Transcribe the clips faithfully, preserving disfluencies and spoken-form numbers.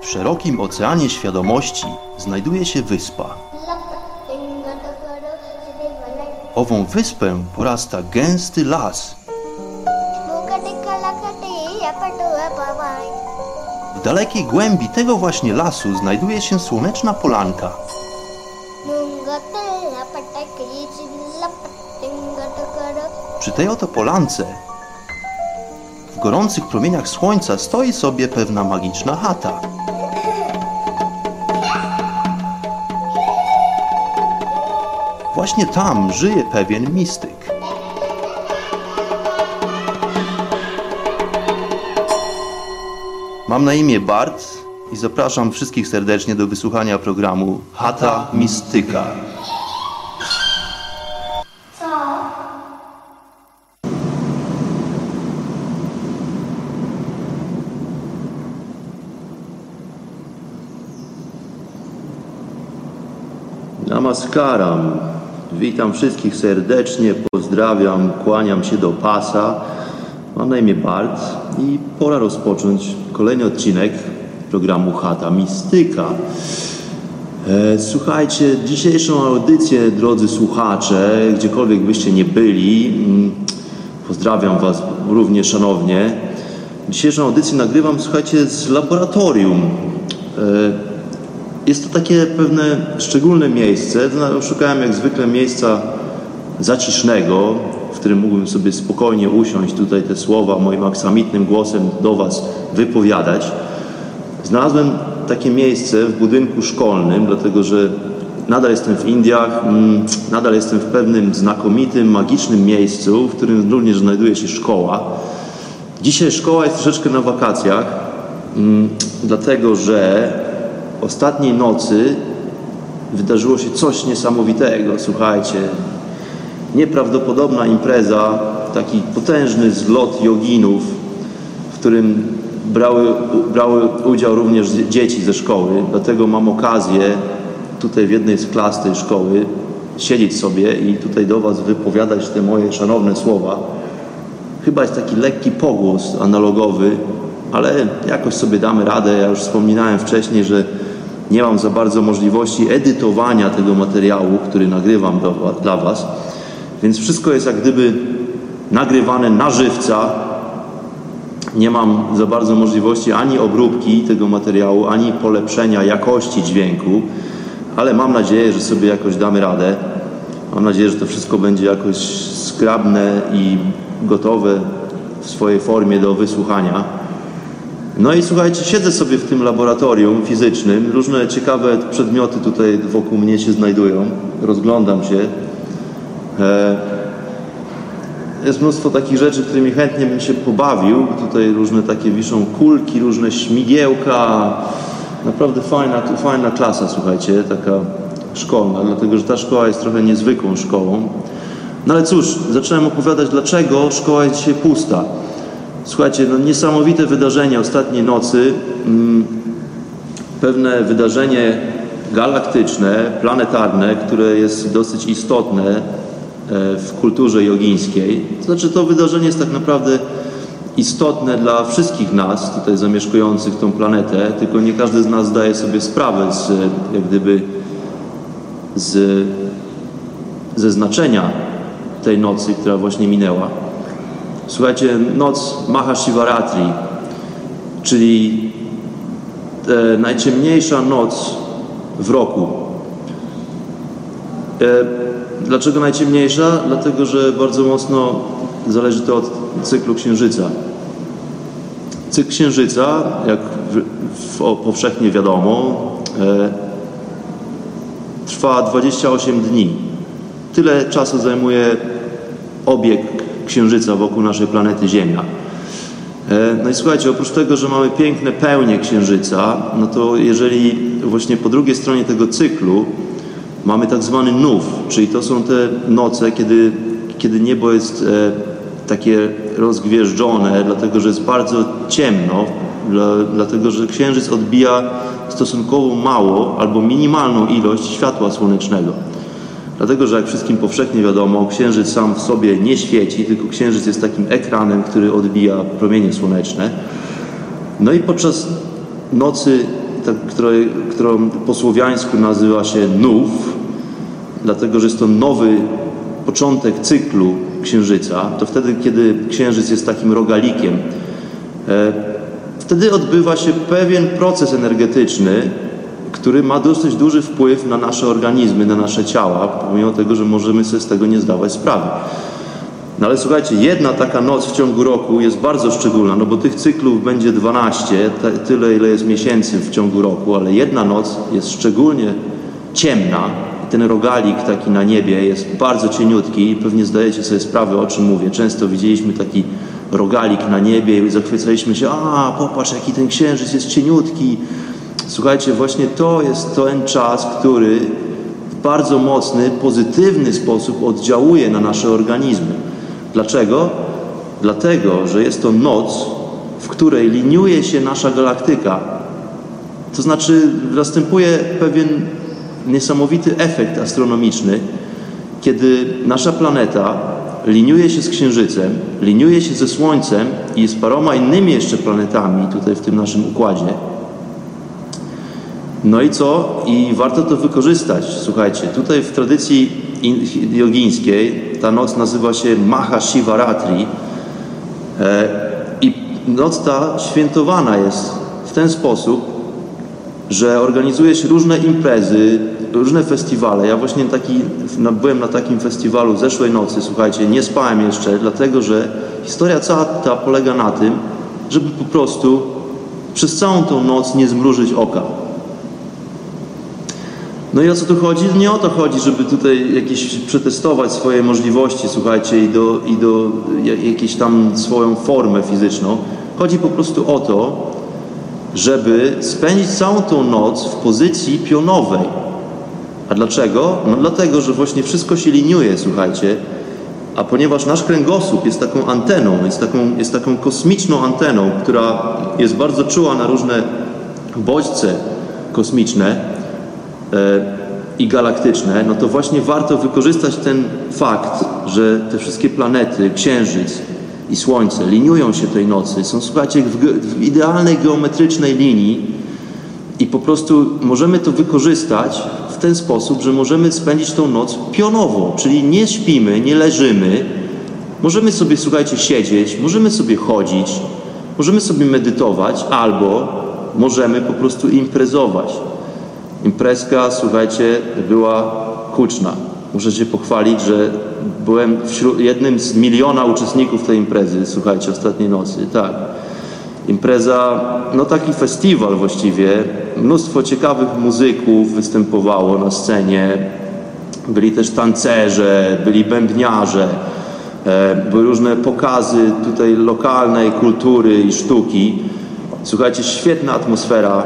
W szerokim oceanie świadomości znajduje się wyspa. Ową wyspę porasta gęsty las. W dalekiej głębi tego właśnie lasu znajduje się słoneczna polanka. Przy tej oto polance, w gorących promieniach słońca, stoi sobie pewna magiczna chata. Właśnie tam żyje pewien mistyk. Mam na imię Bart i zapraszam wszystkich serdecznie do wysłuchania programu Chata Mistyka. Namaskaram. Witam wszystkich serdecznie, pozdrawiam, kłaniam się do pasa. Mam na imię Bart i pora rozpocząć kolejny odcinek programu Chata Mistyka. E, słuchajcie, dzisiejszą audycję, drodzy słuchacze, gdziekolwiek byście nie byli, pozdrawiam was również szanownie. Dzisiejszą audycję nagrywam, słuchajcie, z laboratorium. E, Jest to takie pewne szczególne miejsce. Szukałem jak zwykle miejsca zacisznego, w którym mógłbym sobie spokojnie usiąść, tutaj te słowa moim aksamitnym głosem do was wypowiadać. Znalazłem takie miejsce w budynku szkolnym, dlatego że nadal jestem w Indiach, nadal jestem w pewnym znakomitym, magicznym miejscu, w którym również znajduje się szkoła. Dzisiaj szkoła jest troszeczkę na wakacjach, dlatego że ostatniej nocy wydarzyło się coś niesamowitego. Słuchajcie, nieprawdopodobna impreza, taki potężny zlot joginów, w którym brały, brały udział również dzieci ze szkoły. Dlatego mam okazję tutaj w jednej z klas tej szkoły siedzieć sobie i tutaj do was wypowiadać te moje szanowne słowa. Chyba jest taki lekki pogłos analogowy, ale jakoś sobie damy radę. Ja już wspominałem wcześniej, że nie mam za bardzo możliwości edytowania tego materiału, który nagrywam do, dla was. Więc wszystko jest jak gdyby nagrywane na żywca. Nie mam za bardzo możliwości ani obróbki tego materiału, ani polepszenia jakości dźwięku, ale mam nadzieję, że sobie jakoś damy radę. Mam nadzieję, że to wszystko będzie jakoś zgrabne i gotowe w swojej formie do wysłuchania. No i słuchajcie, siedzę sobie w tym laboratorium fizycznym, różne ciekawe przedmioty tutaj wokół mnie się znajdują, rozglądam się. Jest mnóstwo takich rzeczy, którymi chętnie bym się pobawił. Tutaj różne takie wiszą kulki, różne śmigiełka. Naprawdę fajna, fajna klasa, słuchajcie, taka szkolna, dlatego że ta szkoła jest trochę niezwykłą szkołą. No ale cóż, zacząłem opowiadać, dlaczego szkoła jest dzisiaj pusta. Słuchajcie, no niesamowite wydarzenie ostatniej nocy, mm, pewne wydarzenie galaktyczne, planetarne, które jest dosyć istotne e, w kulturze jogińskiej. To znaczy to wydarzenie jest tak naprawdę istotne dla wszystkich nas tutaj zamieszkujących tą planetę, tylko nie każdy z nas zdaje sobie sprawę z, jak gdyby z, ze znaczenia tej nocy, która właśnie minęła. Słuchajcie, noc Mahashivaratri, czyli e, najciemniejsza noc w roku. E, dlaczego najciemniejsza? Dlatego, że bardzo mocno zależy to od cyklu księżyca. Cykl księżyca, jak w, w, powszechnie wiadomo, e, trwa dwadzieścia osiem dni. Tyle czasu zajmuje obieg księżyca wokół naszej planety Ziemia. No i słuchajcie, oprócz tego, że mamy piękne pełnie księżyca, no to jeżeli właśnie po drugiej stronie tego cyklu mamy tak zwany nów, czyli to są te noce, kiedy, kiedy niebo jest e, takie rozgwieżdżone, dlatego że jest bardzo ciemno, dla, dlatego że księżyc odbija stosunkowo mało albo minimalną ilość światła słonecznego. Dlatego, że jak wszystkim powszechnie wiadomo, księżyc sam w sobie nie świeci, tylko księżyc jest takim ekranem, który odbija promienie słoneczne. No i podczas nocy której, którą po słowiańsku nazywa się nów, dlatego że jest to nowy początek cyklu Księżyca, to wtedy, kiedy Księżyc jest takim rogalikiem, wtedy odbywa się pewien proces energetyczny, który ma dosyć duży wpływ na nasze organizmy, na nasze ciała, pomimo tego, że możemy sobie z tego nie zdawać sprawy. No ale słuchajcie, jedna taka noc w ciągu roku jest bardzo szczególna, no bo tych cyklów będzie dwanaście, tyle ile jest miesięcy w ciągu roku, ale jedna noc jest szczególnie ciemna i ten rogalik taki na niebie jest bardzo cieniutki i pewnie zdajecie sobie sprawę, o czym mówię. Często widzieliśmy taki rogalik na niebie i zachwycaliśmy się, a popatrz, jaki ten księżyc jest cieniutki. Słuchajcie, właśnie to jest ten czas, który w bardzo mocny, pozytywny sposób oddziałuje na nasze organizmy. Dlaczego? Dlatego, że jest to noc, w której liniuje się nasza galaktyka. To znaczy następuje pewien niesamowity efekt astronomiczny, kiedy nasza planeta liniuje się z Księżycem, liniuje się ze Słońcem i z paroma innymi jeszcze planetami tutaj w tym naszym układzie. No i co? I warto to wykorzystać. Słuchajcie, tutaj w tradycji jogińskiej ta noc nazywa się Maha Shivaratri i noc ta świętowana jest w ten sposób, że organizuje się różne imprezy, różne festiwale. Ja właśnie taki, byłem na takim festiwalu zeszłej nocy, słuchajcie, nie spałem jeszcze, dlatego że historia cała ta polega na tym, żeby po prostu przez całą tą noc nie zmrużyć oka. No i o co tu chodzi? Nie o to chodzi, żeby tutaj jakieś przetestować swoje możliwości, słuchajcie, i do, i do jakieś tam swoją formę fizyczną. Chodzi po prostu o to, żeby spędzić całą tą noc w pozycji pionowej. A dlaczego? No dlatego, że właśnie wszystko się liniuje, słuchajcie, a ponieważ nasz kręgosłup jest taką anteną, jest taką, jest taką kosmiczną anteną, która jest bardzo czuła na różne bodźce kosmiczne, i galaktyczne, no to właśnie warto wykorzystać ten fakt, że te wszystkie planety, Księżyc i Słońce liniują się tej nocy, są, słuchajcie, w, w idealnej geometrycznej linii i po prostu możemy to wykorzystać w ten sposób, że możemy spędzić tą noc pionowo, czyli nie śpimy, nie leżymy, możemy sobie, słuchajcie, siedzieć, możemy sobie chodzić, możemy sobie medytować albo możemy po prostu imprezować. Imprezka, słuchajcie, była huczna. Muszę się pochwalić, że byłem wśród, jednym z miliona uczestników tej imprezy, słuchajcie, ostatniej nocy. Tak. Impreza, no taki festiwal właściwie. Mnóstwo ciekawych muzyków występowało na scenie. Byli też tancerze, byli bębniarze. Były różne pokazy tutaj lokalnej kultury i sztuki. Słuchajcie, świetna atmosfera.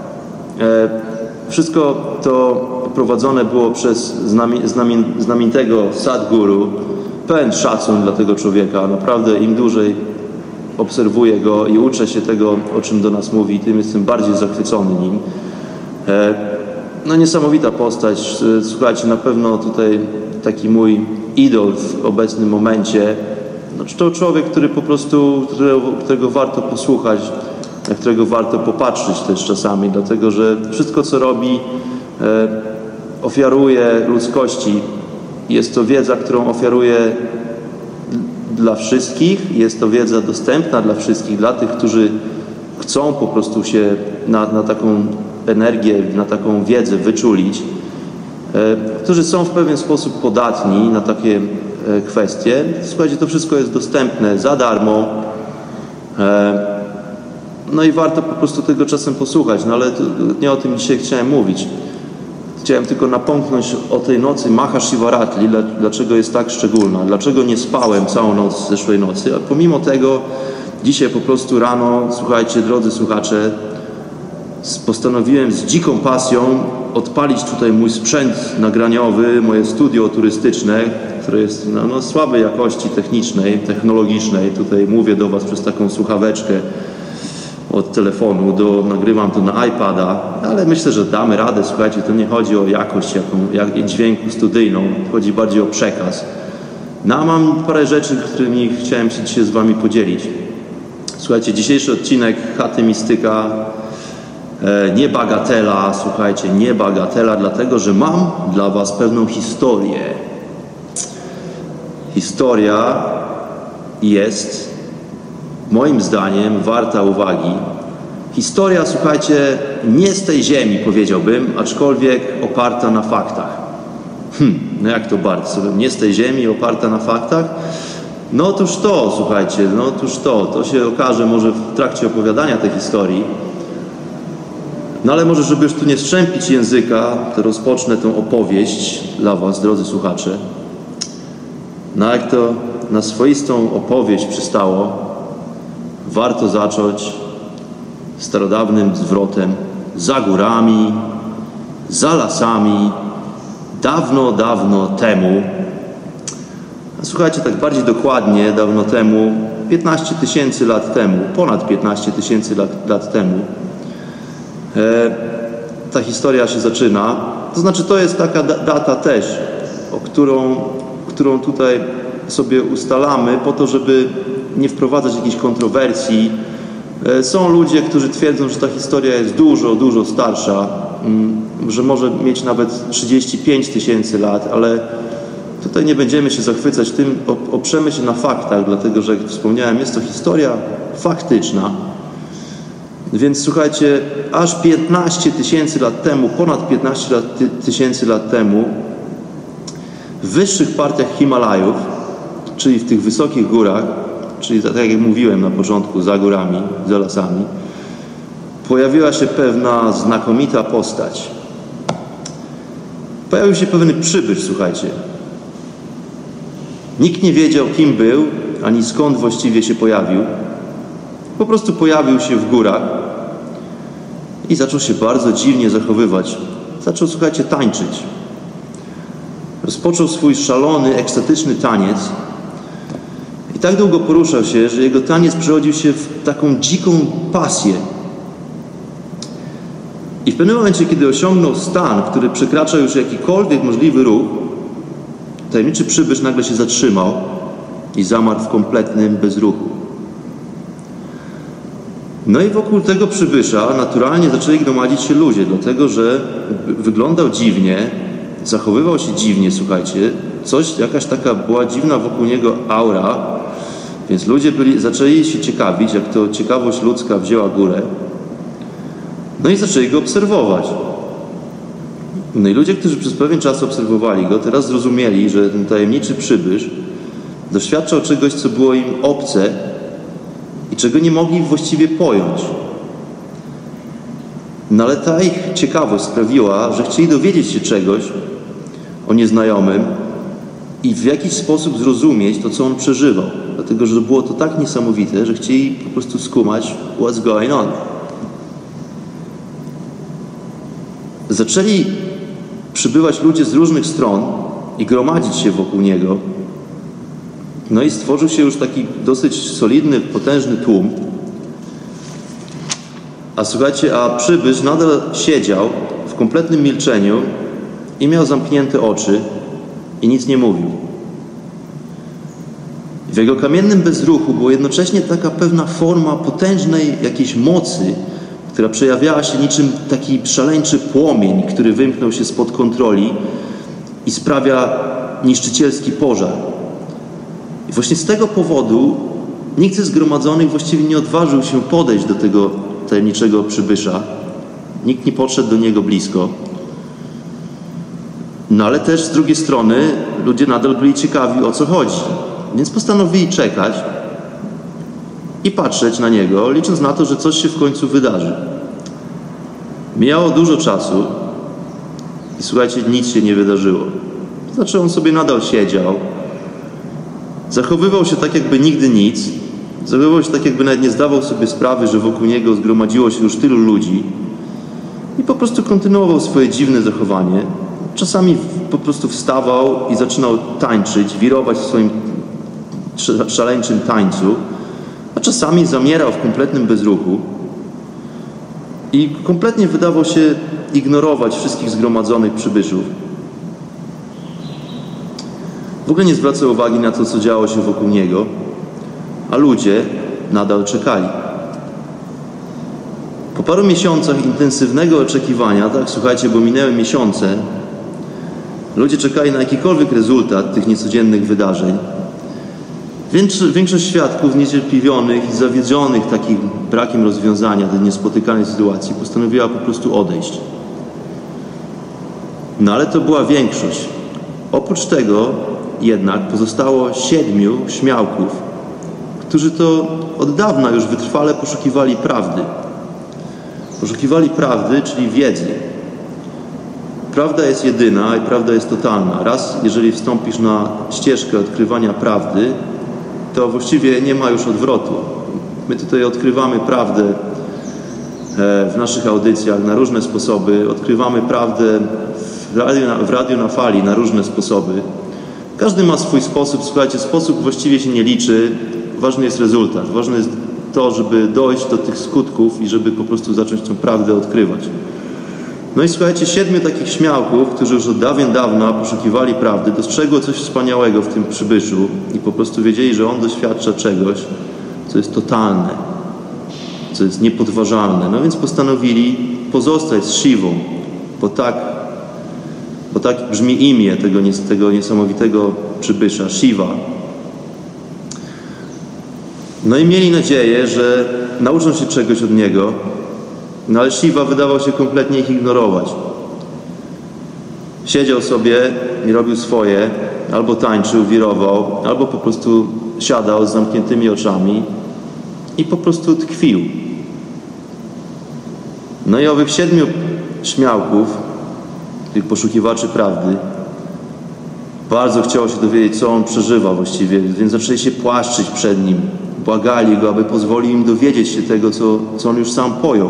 Wszystko to prowadzone było przez znami, znami, znamienitego Sadhguru. Pełen szacun dla tego człowieka. Naprawdę im dłużej obserwuję go i uczę się tego, o czym do nas mówi, tym jestem bardziej zachwycony nim. No niesamowita postać. Słuchajcie, na pewno tutaj taki mój idol w obecnym momencie. No, to człowiek, który po prostu, którego, którego warto posłuchać, na którego warto popatrzeć też czasami, dlatego że wszystko, co robi, e, ofiaruje ludzkości. Jest to wiedza, którą ofiaruje dla wszystkich, jest to wiedza dostępna dla wszystkich, dla tych, którzy chcą po prostu się na, na taką energię, na taką wiedzę wyczulić, e, którzy są w pewien sposób podatni na takie e, kwestie. Słuchajcie, to wszystko jest dostępne za darmo. E, No i warto po prostu tego czasem posłuchać, no ale to, nie o tym dzisiaj chciałem mówić. Chciałem tylko napomknąć o tej nocy Maha Shivaratri, dlaczego jest tak szczególna, dlaczego nie spałem całą noc zeszłej nocy, a pomimo tego dzisiaj po prostu rano, słuchajcie, drodzy słuchacze, postanowiłem z dziką pasją odpalić tutaj mój sprzęt nagraniowy, moje studio turystyczne, które jest no, no, słabej jakości technicznej, technologicznej. Tutaj mówię do was przez taką słuchaweczkę od telefonu, do, nagrywam to na iPada, ale myślę, że damy radę. Słuchajcie, to nie chodzi o jakość jaką, jak, dźwięku studyjną, chodzi bardziej o przekaz. No a mam parę rzeczy, którymi chciałem się dzisiaj z wami podzielić. Słuchajcie, dzisiejszy odcinek Chaty Mistyka E, nie bagatela, słuchajcie, nie bagatela, dlatego że mam dla was pewną historię. Historia jest, moim zdaniem, warta uwagi. Historia, słuchajcie, nie z tej ziemi, powiedziałbym, aczkolwiek oparta na faktach. Hm, no jak to bardzo? Nie z tej ziemi, oparta na faktach? No otóż to, słuchajcie, no otóż to. To się okaże może w trakcie opowiadania tej historii. No ale może, żeby już tu nie strzępić języka, to rozpocznę tę opowieść dla was, drodzy słuchacze. No jak to na swoistą opowieść przystało, warto zacząć starodawnym zwrotem: za górami, za lasami, dawno, dawno temu. A słuchajcie, tak bardziej dokładnie, dawno temu, piętnaście tysięcy lat temu, ponad piętnaście tysięcy lat, lat temu, e, ta historia się zaczyna. To znaczy, to jest taka da data też, o którą, którą tutaj sobie ustalamy po to, żeby nie wprowadzać jakichś kontrowersji. Są ludzie, którzy twierdzą, że ta historia jest dużo, dużo starsza, że może mieć nawet trzydzieści pięć tysięcy lat, ale tutaj nie będziemy się zachwycać tym, oprzemy się na faktach, dlatego że, jak wspomniałem, jest to historia faktyczna. Więc słuchajcie, aż piętnaście tysięcy lat temu, ponad piętnaście tysięcy lat temu, w wyższych partiach Himalajów, czyli w tych wysokich górach, czyli tak jak mówiłem na początku, za górami, za lasami, pojawiła się pewna znakomita postać. Pojawił się pewien przybysz, słuchajcie. Nikt nie wiedział, kim był, ani skąd właściwie się pojawił. Po prostu pojawił się w górach i zaczął się bardzo dziwnie zachowywać. Zaczął, słuchajcie, tańczyć. Rozpoczął swój szalony, ekstatyczny taniec. I tak długo poruszał się, że jego taniec przerodził się w taką dziką pasję. I w pewnym momencie, kiedy osiągnął stan, który przekracza już jakikolwiek możliwy ruch, tajemniczy przybysz nagle się zatrzymał i zamarł w kompletnym bezruchu. No i wokół tego przybysza naturalnie zaczęli gromadzić się ludzie, dlatego że wyglądał dziwnie, zachowywał się dziwnie, słuchajcie, coś, jakaś taka była dziwna wokół niego aura, więc ludzie byli, zaczęli się ciekawić, jak to ciekawość ludzka wzięła górę. No i zaczęli go obserwować. No i ludzie, którzy przez pewien czas obserwowali go, teraz zrozumieli, że ten tajemniczy przybysz doświadczał czegoś, co było im obce i czego nie mogli właściwie pojąć. No ale ta ich ciekawość sprawiła, że chcieli dowiedzieć się czegoś o nieznajomym i w jakiś sposób zrozumieć to, co on przeżywał. Dlatego, że było to tak niesamowite, że chcieli po prostu skumać what's going on. Zaczęli przybywać ludzie z różnych stron i gromadzić się wokół niego. No i stworzył się już taki dosyć solidny, potężny tłum. A słuchajcie, a przybysz nadal siedział w kompletnym milczeniu i miał zamknięte oczy i nic nie mówił. W jego kamiennym bezruchu była jednocześnie taka pewna forma potężnej jakiejś mocy, która przejawiała się niczym taki szaleńczy płomień, który wymknął się spod kontroli i sprawia niszczycielski pożar. I właśnie z tego powodu nikt ze zgromadzonych właściwie nie odważył się podejść do tego tajemniczego przybysza. Nikt nie podszedł do niego blisko. No ale też z drugiej strony ludzie nadal byli ciekawi, o co chodzi. Więc postanowili czekać i patrzeć na niego, licząc na to, że coś się w końcu wydarzy. Mijało dużo czasu i słuchajcie, nic się nie wydarzyło. Znaczy on sobie nadal siedział, zachowywał się tak, jakby nigdy nic, zachowywał się tak, jakby nawet nie zdawał sobie sprawy, że wokół niego zgromadziło się już tylu ludzi i po prostu kontynuował swoje dziwne zachowanie. Czasami po prostu wstawał i zaczynał tańczyć, wirować w swoim szaleńczym tańcu, a czasami zamierał w kompletnym bezruchu i kompletnie wydawał się ignorować wszystkich zgromadzonych przybyszów. W ogóle nie zwracał uwagi na to, co działo się wokół niego, a ludzie nadal czekali. Po paru miesiącach intensywnego oczekiwania, tak, słuchajcie, bo minęły miesiące, ludzie czekali na jakikolwiek rezultat tych niecodziennych wydarzeń. Większość świadków zniecierpliwionych i zawiedzionych takim brakiem rozwiązania tej niespotykanej sytuacji postanowiła po prostu odejść. No ale to była większość. Oprócz tego jednak pozostało siedmiu śmiałków, którzy to od dawna już wytrwale poszukiwali prawdy. Poszukiwali prawdy, czyli wiedzy. Prawda jest jedyna i prawda jest totalna. Raz, jeżeli wstąpisz na ścieżkę odkrywania prawdy, to właściwie nie ma już odwrotu. My tutaj odkrywamy prawdę w naszych audycjach na różne sposoby. Odkrywamy prawdę w radiu, w radiu na fali na różne sposoby. Każdy ma swój sposób. Słuchajcie, sposób właściwie się nie liczy. Ważny jest rezultat. Ważne jest to, żeby dojść do tych skutków i żeby po prostu zacząć tę prawdę odkrywać. No i słuchajcie, siedmiu takich śmiałków, którzy już od dawien dawna poszukiwali prawdy, dostrzegło coś wspaniałego w tym przybyszu i po prostu wiedzieli, że on doświadcza czegoś, co jest totalne, co jest niepodważalne. No więc postanowili pozostać z Shivą, bo tak, bo tak brzmi imię tego, tego niesamowitego przybysza, Shiva. No i mieli nadzieję, że nauczą się czegoś od niego. No ale Shiva wydawał się kompletnie ich ignorować. Siedział sobie i robił swoje, albo tańczył, wirował, albo po prostu siadał z zamkniętymi oczami i po prostu tkwił. No i owych siedmiu śmiałków, tych poszukiwaczy prawdy, bardzo chciało się dowiedzieć, co on przeżywa właściwie, więc zaczęli się płaszczyć przed nim. Błagali go, aby pozwolił im dowiedzieć się tego, co, co on już sam pojął.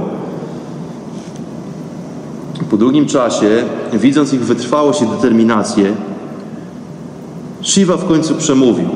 Po długim czasie, widząc ich wytrwałość i determinację, Shiva w końcu przemówił.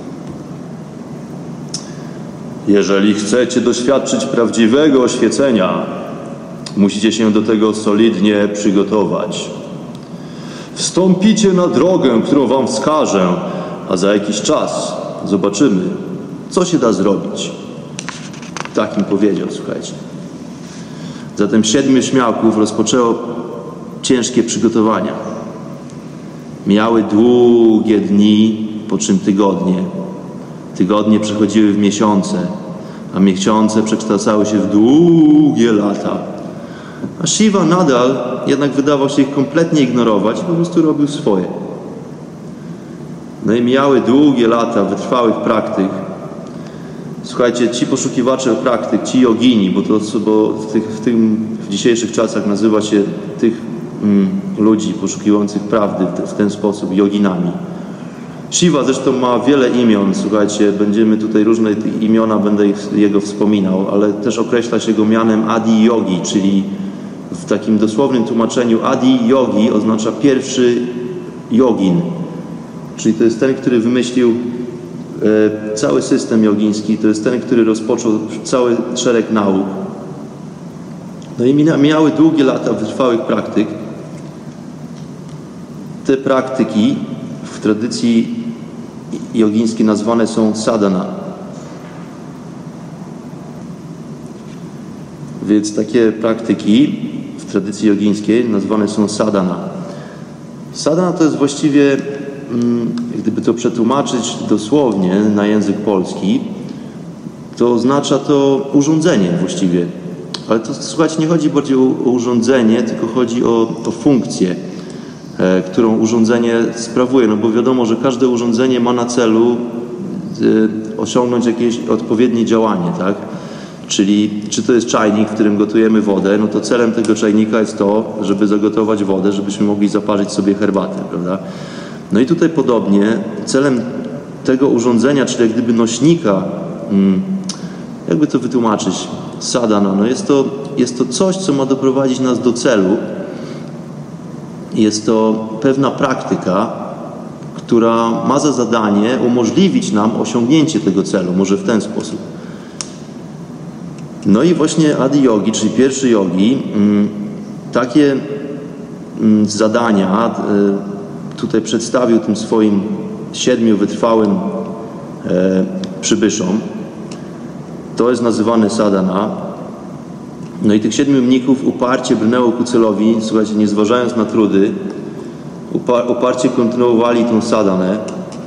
Jeżeli chcecie doświadczyć prawdziwego oświecenia, musicie się do tego solidnie przygotować. Wstąpicie na drogę, którą wam wskażę, a za jakiś czas zobaczymy, co się da zrobić. Tak im powiedział, słuchajcie. Zatem siedmiu śmiałków rozpoczęło ciężkie przygotowania. Miały długie dni, po czym tygodnie. Tygodnie przechodziły w miesiące, a miesiące przekształcały się w długie lata. A Shiva nadal jednak wydawał się ich kompletnie ignorować i po prostu robił swoje. No i mijały długie lata wytrwałych praktyk. Słuchajcie, ci poszukiwacze praktyk, ci jogini, bo to bo w, tych, w, tym, w dzisiejszych czasach nazywa się tych mm, ludzi poszukiwających prawdy w, te, w ten sposób joginami. Shiva zresztą ma wiele imion, słuchajcie, będziemy tutaj różne imiona, będę ich, jego wspominał, ale też określa się go mianem Adi Yogi, czyli w takim dosłownym tłumaczeniu Adi Yogi oznacza pierwszy jogin, czyli to jest ten, który wymyślił e, cały system jogiński, to jest ten, który rozpoczął cały szereg nauk. No i mijały długie lata wytrwałych praktyk. Te praktyki w tradycji jogińskiej nazwane są sadhana. Więc takie praktyki w tradycji jogińskiej nazwane są sadhana. Sadhana to jest właściwie, jak gdyby to przetłumaczyć dosłownie na język polski, to oznacza to urządzenie właściwie. Ale to, słuchajcie, nie chodzi bardziej o, o urządzenie, tylko chodzi o, o funkcję, e, którą urządzenie sprawuje. No bo wiadomo, że każde urządzenie ma na celu e, osiągnąć jakieś odpowiednie działanie, tak? Czyli czy to jest czajnik, w którym gotujemy wodę, no to celem tego czajnika jest to, żeby zagotować wodę, żebyśmy mogli zaparzyć sobie herbatę, prawda? No i tutaj podobnie celem tego urządzenia, czyli jak gdyby nośnika, hmm, jakby to wytłumaczyć, sadhana, no jest to, jest to coś, co ma doprowadzić nas do celu. Jest to pewna praktyka, która ma za zadanie umożliwić nam osiągnięcie tego celu, może w ten sposób. No i właśnie Adi Yogi, czyli pierwszy jogi, takie zadania tutaj przedstawił tym swoim siedmiu wytrwałym przybyszom. To jest nazywane sadhana. No i tych siedmiu mnichów uparcie brnęło ku celowi, słuchajcie, nie zważając na trudy, uparcie kontynuowali tą sadanę.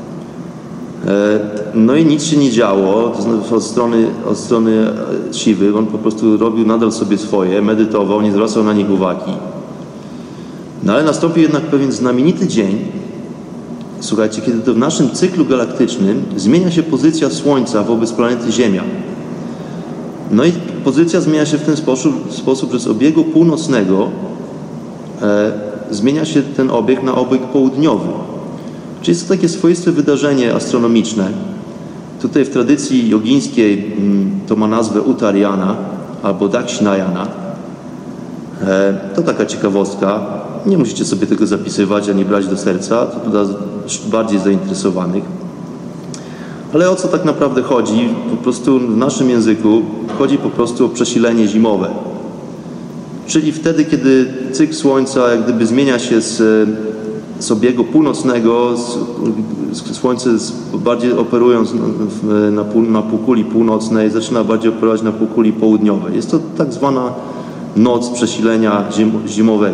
No i nic się nie działo od strony, od strony Siwy. On po prostu robił nadal sobie swoje, medytował, nie zwracał na nich uwagi. No ale nastąpił jednak pewien znamienity dzień, słuchajcie, kiedy to w naszym cyklu galaktycznym zmienia się pozycja Słońca wobec planety Ziemia. No i pozycja zmienia się w ten sposób, sposób że z obiegu północnego e, zmienia się ten obieg na obieg południowy. Czyli jest to takie swoiste wydarzenie astronomiczne. Tutaj w tradycji jogińskiej to ma nazwę Uttariyana albo Dakshinayana. E, to taka ciekawostka. Nie musicie sobie tego zapisywać ani brać do serca. To dla bardziej zainteresowanych. Ale o co tak naprawdę chodzi? Po prostu w naszym języku chodzi po prostu o przesilenie zimowe. Czyli wtedy, kiedy cykl Słońca jak gdyby zmienia się z, z obiegu północnego, z, z Słońce z, bardziej operując na, na, pół, na półkuli północnej, zaczyna bardziej operować na półkuli południowej. Jest to tak zwana noc przesilenia zim, zimowego.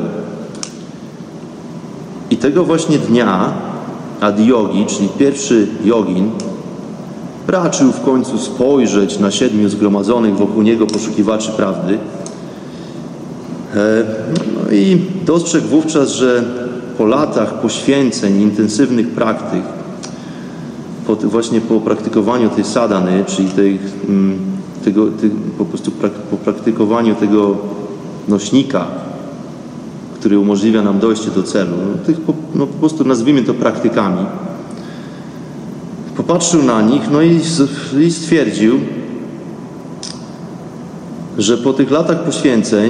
I tego właśnie dnia Adiyogi, czyli pierwszy jogin, raczył w końcu spojrzeć na siedmiu zgromadzonych wokół niego poszukiwaczy prawdy. No i dostrzegł wówczas, że po latach poświęceń, intensywnych praktyk, po, właśnie po praktykowaniu tej sadhany, czyli tej, tego, tej, po prostu prak, po praktykowaniu tego nośnika, który umożliwia nam dojście do celu, no, tych, no, po prostu nazwijmy to praktykami, popatrzył na nich, no i, i stwierdził, że po tych latach poświęceń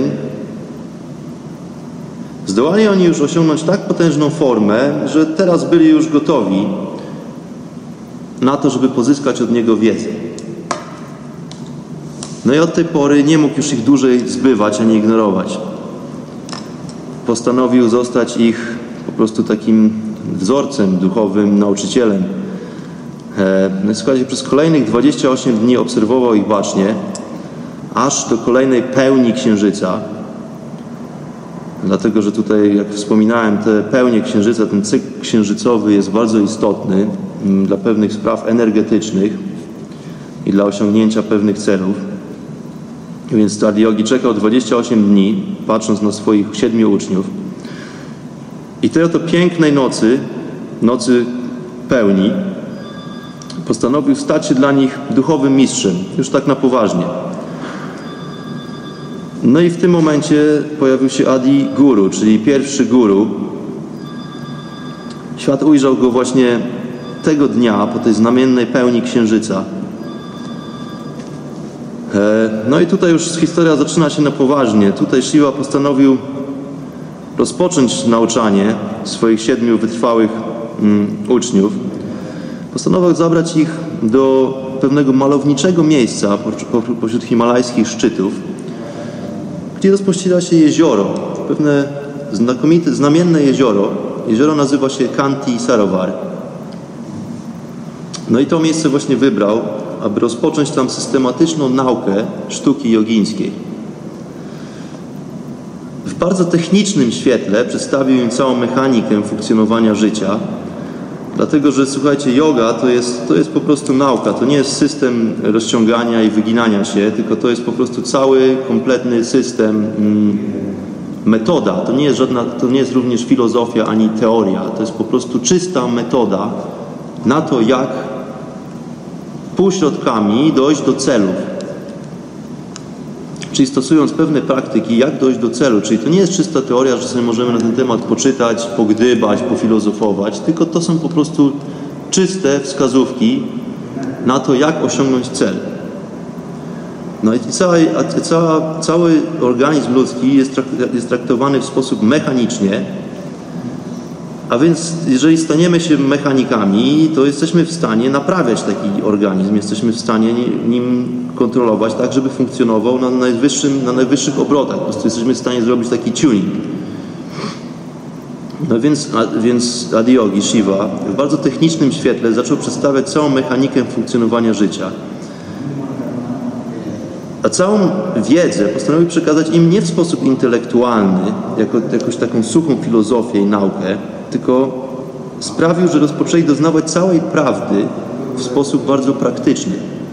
zdołali oni już osiągnąć tak potężną formę, że teraz byli już gotowi na to, żeby pozyskać od niego wiedzę. No i od tej pory nie mógł już ich dłużej zbywać ani ignorować. Postanowił zostać ich po prostu takim wzorcem duchowym, nauczycielem. No i słuchajcie, przez kolejnych dwadzieścia osiem dni obserwował ich bacznie, aż do kolejnej pełni księżyca. Dlatego, że tutaj, jak wspominałem, te pełnie księżyca, ten cykl księżycowy jest bardzo istotny dla pewnych spraw energetycznych i dla osiągnięcia pewnych celów. Więc Adiyogi czekał dwadzieścia osiem dni, patrząc na swoich siedmiu uczniów. I tej oto pięknej nocy, nocy pełni, postanowił stać się dla nich duchowym mistrzem, już tak na poważnie. No i w tym momencie pojawił się Adi Guru, czyli pierwszy guru. Świat ujrzał go właśnie tego dnia, po tej znamiennej pełni księżyca. No i tutaj już historia zaczyna się na poważnie. Tutaj Shiva postanowił rozpocząć nauczanie swoich siedmiu wytrwałych mm, uczniów. Postanowił zabrać ich do pewnego malowniczego miejsca pośród himalajskich szczytów, gdzie rozpościera się jezioro, pewne znakomite, znamienne jezioro. Jezioro nazywa się Kanti Sarovar. No i to miejsce właśnie wybrał, aby rozpocząć tam systematyczną naukę sztuki jogińskiej. W bardzo technicznym świetle przedstawił im całą mechanikę funkcjonowania życia, dlatego że, słuchajcie, yoga to jest, to jest po prostu nauka, to nie jest system rozciągania i wyginania się, tylko to jest po prostu cały, kompletny system, mm, metoda. To nie jest żadna, to nie jest również filozofia ani teoria, to jest po prostu czysta metoda na to, jak półśrodkami dojść do celów. Czyli stosując pewne praktyki, jak dojść do celu. Czyli to nie jest czysta teoria, że sobie możemy na ten temat poczytać, pogdybać, pofilozofować, tylko to są po prostu czyste wskazówki na to, jak osiągnąć cel. No i cały, cała, cały organizm ludzki jest, jest traktowany w sposób mechanicznie, a więc jeżeli staniemy się mechanikami, to jesteśmy w stanie naprawiać taki organizm, jesteśmy w stanie nim kontrolować tak, żeby funkcjonował na, najwyższym, na najwyższych obrotach. Po prostu jesteśmy w stanie zrobić taki tuning. No więc, a, więc Adiyogi, Shiva, w bardzo technicznym świetle zaczął przedstawiać całą mechanikę funkcjonowania życia. A całą wiedzę postanowił przekazać im nie w sposób intelektualny, jako jakąś taką suchą filozofię i naukę, tylko sprawił, że rozpoczęli doznawać całej prawdy w sposób bardzo praktyczny.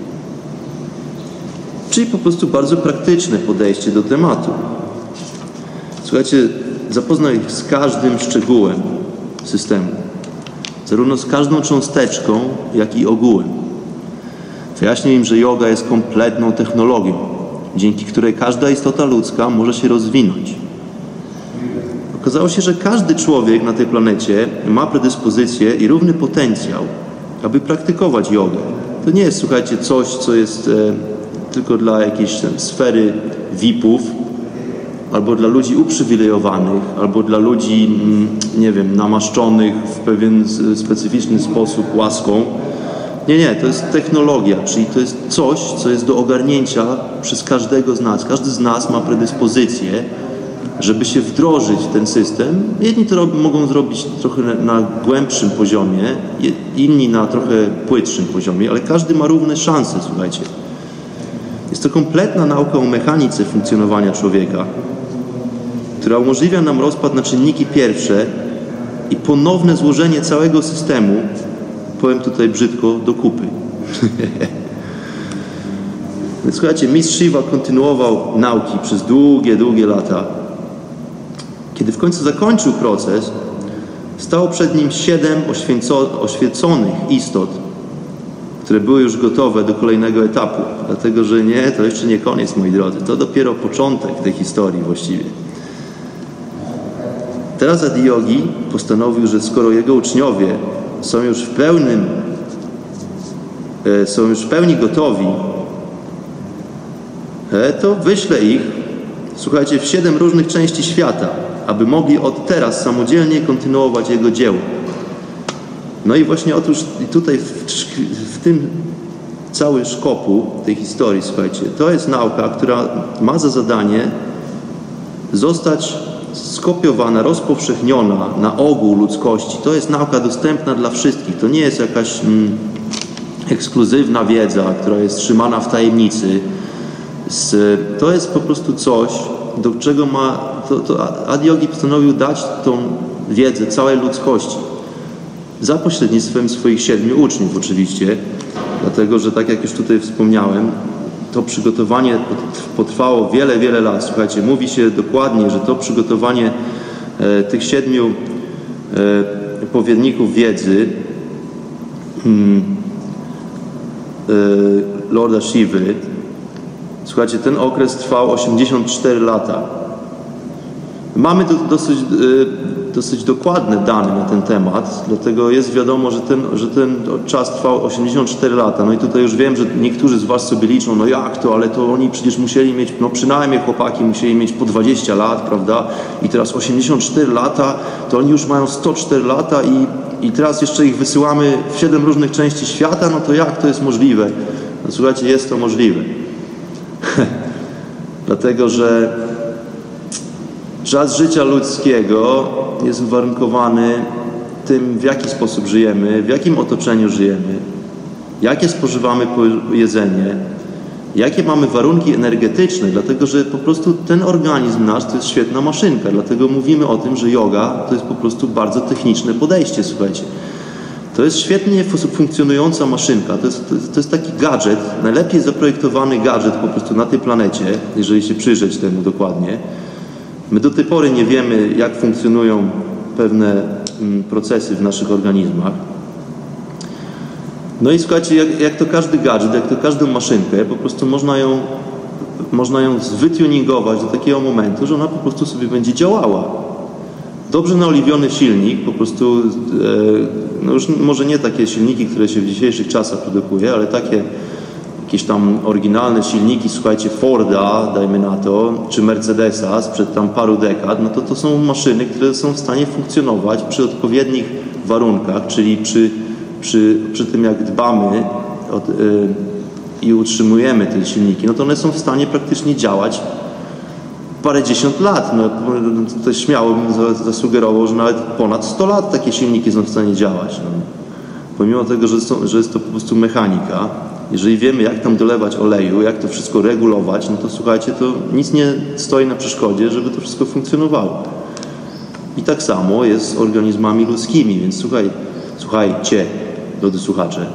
Czyli po prostu bardzo praktyczne podejście do tematu. Słuchajcie, zapoznał ich z każdym szczegółem systemu. Zarówno z każdą cząsteczką, jak i ogółem. Wyjaśnił im, że joga jest kompletną technologią, dzięki której każda istota ludzka może się rozwinąć. Okazało się, że każdy człowiek na tej planecie ma predyspozycję i równy potencjał, aby praktykować jogę. To nie jest, słuchajcie, coś, co jest e, tylko dla jakiejś tam sfery V I P-ów, albo dla ludzi uprzywilejowanych, albo dla ludzi, nie wiem, namaszczonych w pewien specyficzny sposób łaską. Nie, nie, to jest technologia, czyli to jest coś, co jest do ogarnięcia przez każdego z nas. Każdy z nas ma predyspozycję, żeby się wdrożyć w ten system. Jedni to mogą zrobić trochę na głębszym poziomie, inni na trochę płytszym poziomie, ale każdy ma równe szanse, słuchajcie. Jest to kompletna nauka o mechanice funkcjonowania człowieka, która umożliwia nam rozpad na czynniki pierwsze i ponowne złożenie całego systemu, powiem tutaj brzydko, do kupy. Więc słuchajcie, mistrz Shiva kontynuował nauki przez długie, długie lata. Kiedy w końcu zakończył proces, stało przed nim siedem oświeconych istot, które były już gotowe do kolejnego etapu. Dlatego, że nie, to jeszcze nie koniec, moi drodzy. To dopiero początek tej historii właściwie. Teraz Adiyogi postanowił, że skoro jego uczniowie są już w pełnym, są już w pełni gotowi, to wyślę ich, słuchajcie, w siedem różnych części świata, aby mogli od teraz samodzielnie kontynuować jego dzieło. No i właśnie otóż i tutaj w, w tym cały szkopu tej historii, słuchajcie, to jest nauka, która ma za zadanie zostać skopiowana, rozpowszechniona na ogół ludzkości. To jest nauka dostępna dla wszystkich. To nie jest jakaś mm, ekskluzywna wiedza, która jest trzymana w tajemnicy. Z, to jest po prostu coś, do czego ma to, to Adiyogi postanowił dać tą wiedzę całej ludzkości. Za pośrednictwem swoich siedmiu uczniów oczywiście, dlatego, że tak jak już tutaj wspomniałem, to przygotowanie potrwało wiele, wiele lat. Słuchajcie, mówi się dokładnie, że to przygotowanie e, tych siedmiu e, powierników wiedzy hmm, e, Lorda Shivy, słuchajcie, ten okres trwał osiemdziesiąt cztery lata. Mamy tu dosyć, e, dosyć dokładne dane na ten temat, dlatego jest wiadomo, że ten, że ten czas trwał osiemdziesiąt cztery lata. No i tutaj już wiem, że niektórzy z was sobie liczą, no jak to, ale to oni przecież musieli mieć, no przynajmniej chłopaki musieli mieć po dwadzieścia lat, prawda? I teraz osiemdziesiąt cztery lata, to oni już mają sto cztery lata i, i teraz jeszcze ich wysyłamy w siedem różnych części świata, no to jak to jest możliwe? No słuchajcie, jest to możliwe. Dlatego, że czas życia ludzkiego jest uwarunkowany tym, w jaki sposób żyjemy, w jakim otoczeniu żyjemy, jakie spożywamy jedzenie, jakie mamy warunki energetyczne, dlatego że po prostu ten organizm nasz to jest świetna maszynka, dlatego mówimy o tym, że joga to jest po prostu bardzo techniczne podejście, słuchajcie. To jest świetnie funkcjonująca maszynka, to jest, to jest, to jest taki gadżet, najlepiej zaprojektowany gadżet po prostu na tej planecie, jeżeli się przyjrzeć temu dokładnie. My do tej pory nie wiemy, jak funkcjonują pewne procesy w naszych organizmach. No i słuchajcie, jak, jak to każdy gadżet, jak to każdą maszynkę, po prostu można ją, można ją wytuningować do takiego momentu, że ona po prostu sobie będzie działała. Dobrze naoliwiony silnik, po prostu, e, no już może nie takie silniki, które się w dzisiejszych czasach produkuje, ale takie jakieś tam oryginalne silniki, słuchajcie, Forda, dajmy na to, czy Mercedesa sprzed tam paru dekad, no to to są maszyny, które są w stanie funkcjonować przy odpowiednich warunkach, czyli przy, przy, przy tym, jak dbamy od, yy, i utrzymujemy te silniki, no to one są w stanie praktycznie działać parędziesiąt lat. No, to śmiało bym zasugerował, że nawet ponad sto lat takie silniki są w stanie działać. No. Pomimo tego, że, są, że jest to po prostu mechanika jeżeli wiemy, jak tam dolewać oleju, jak to wszystko regulować, no to słuchajcie, to nic nie stoi na przeszkodzie, żeby to wszystko funkcjonowało. I tak samo jest z organizmami ludzkimi, więc słuchaj, słuchajcie, drodzy słuchacze.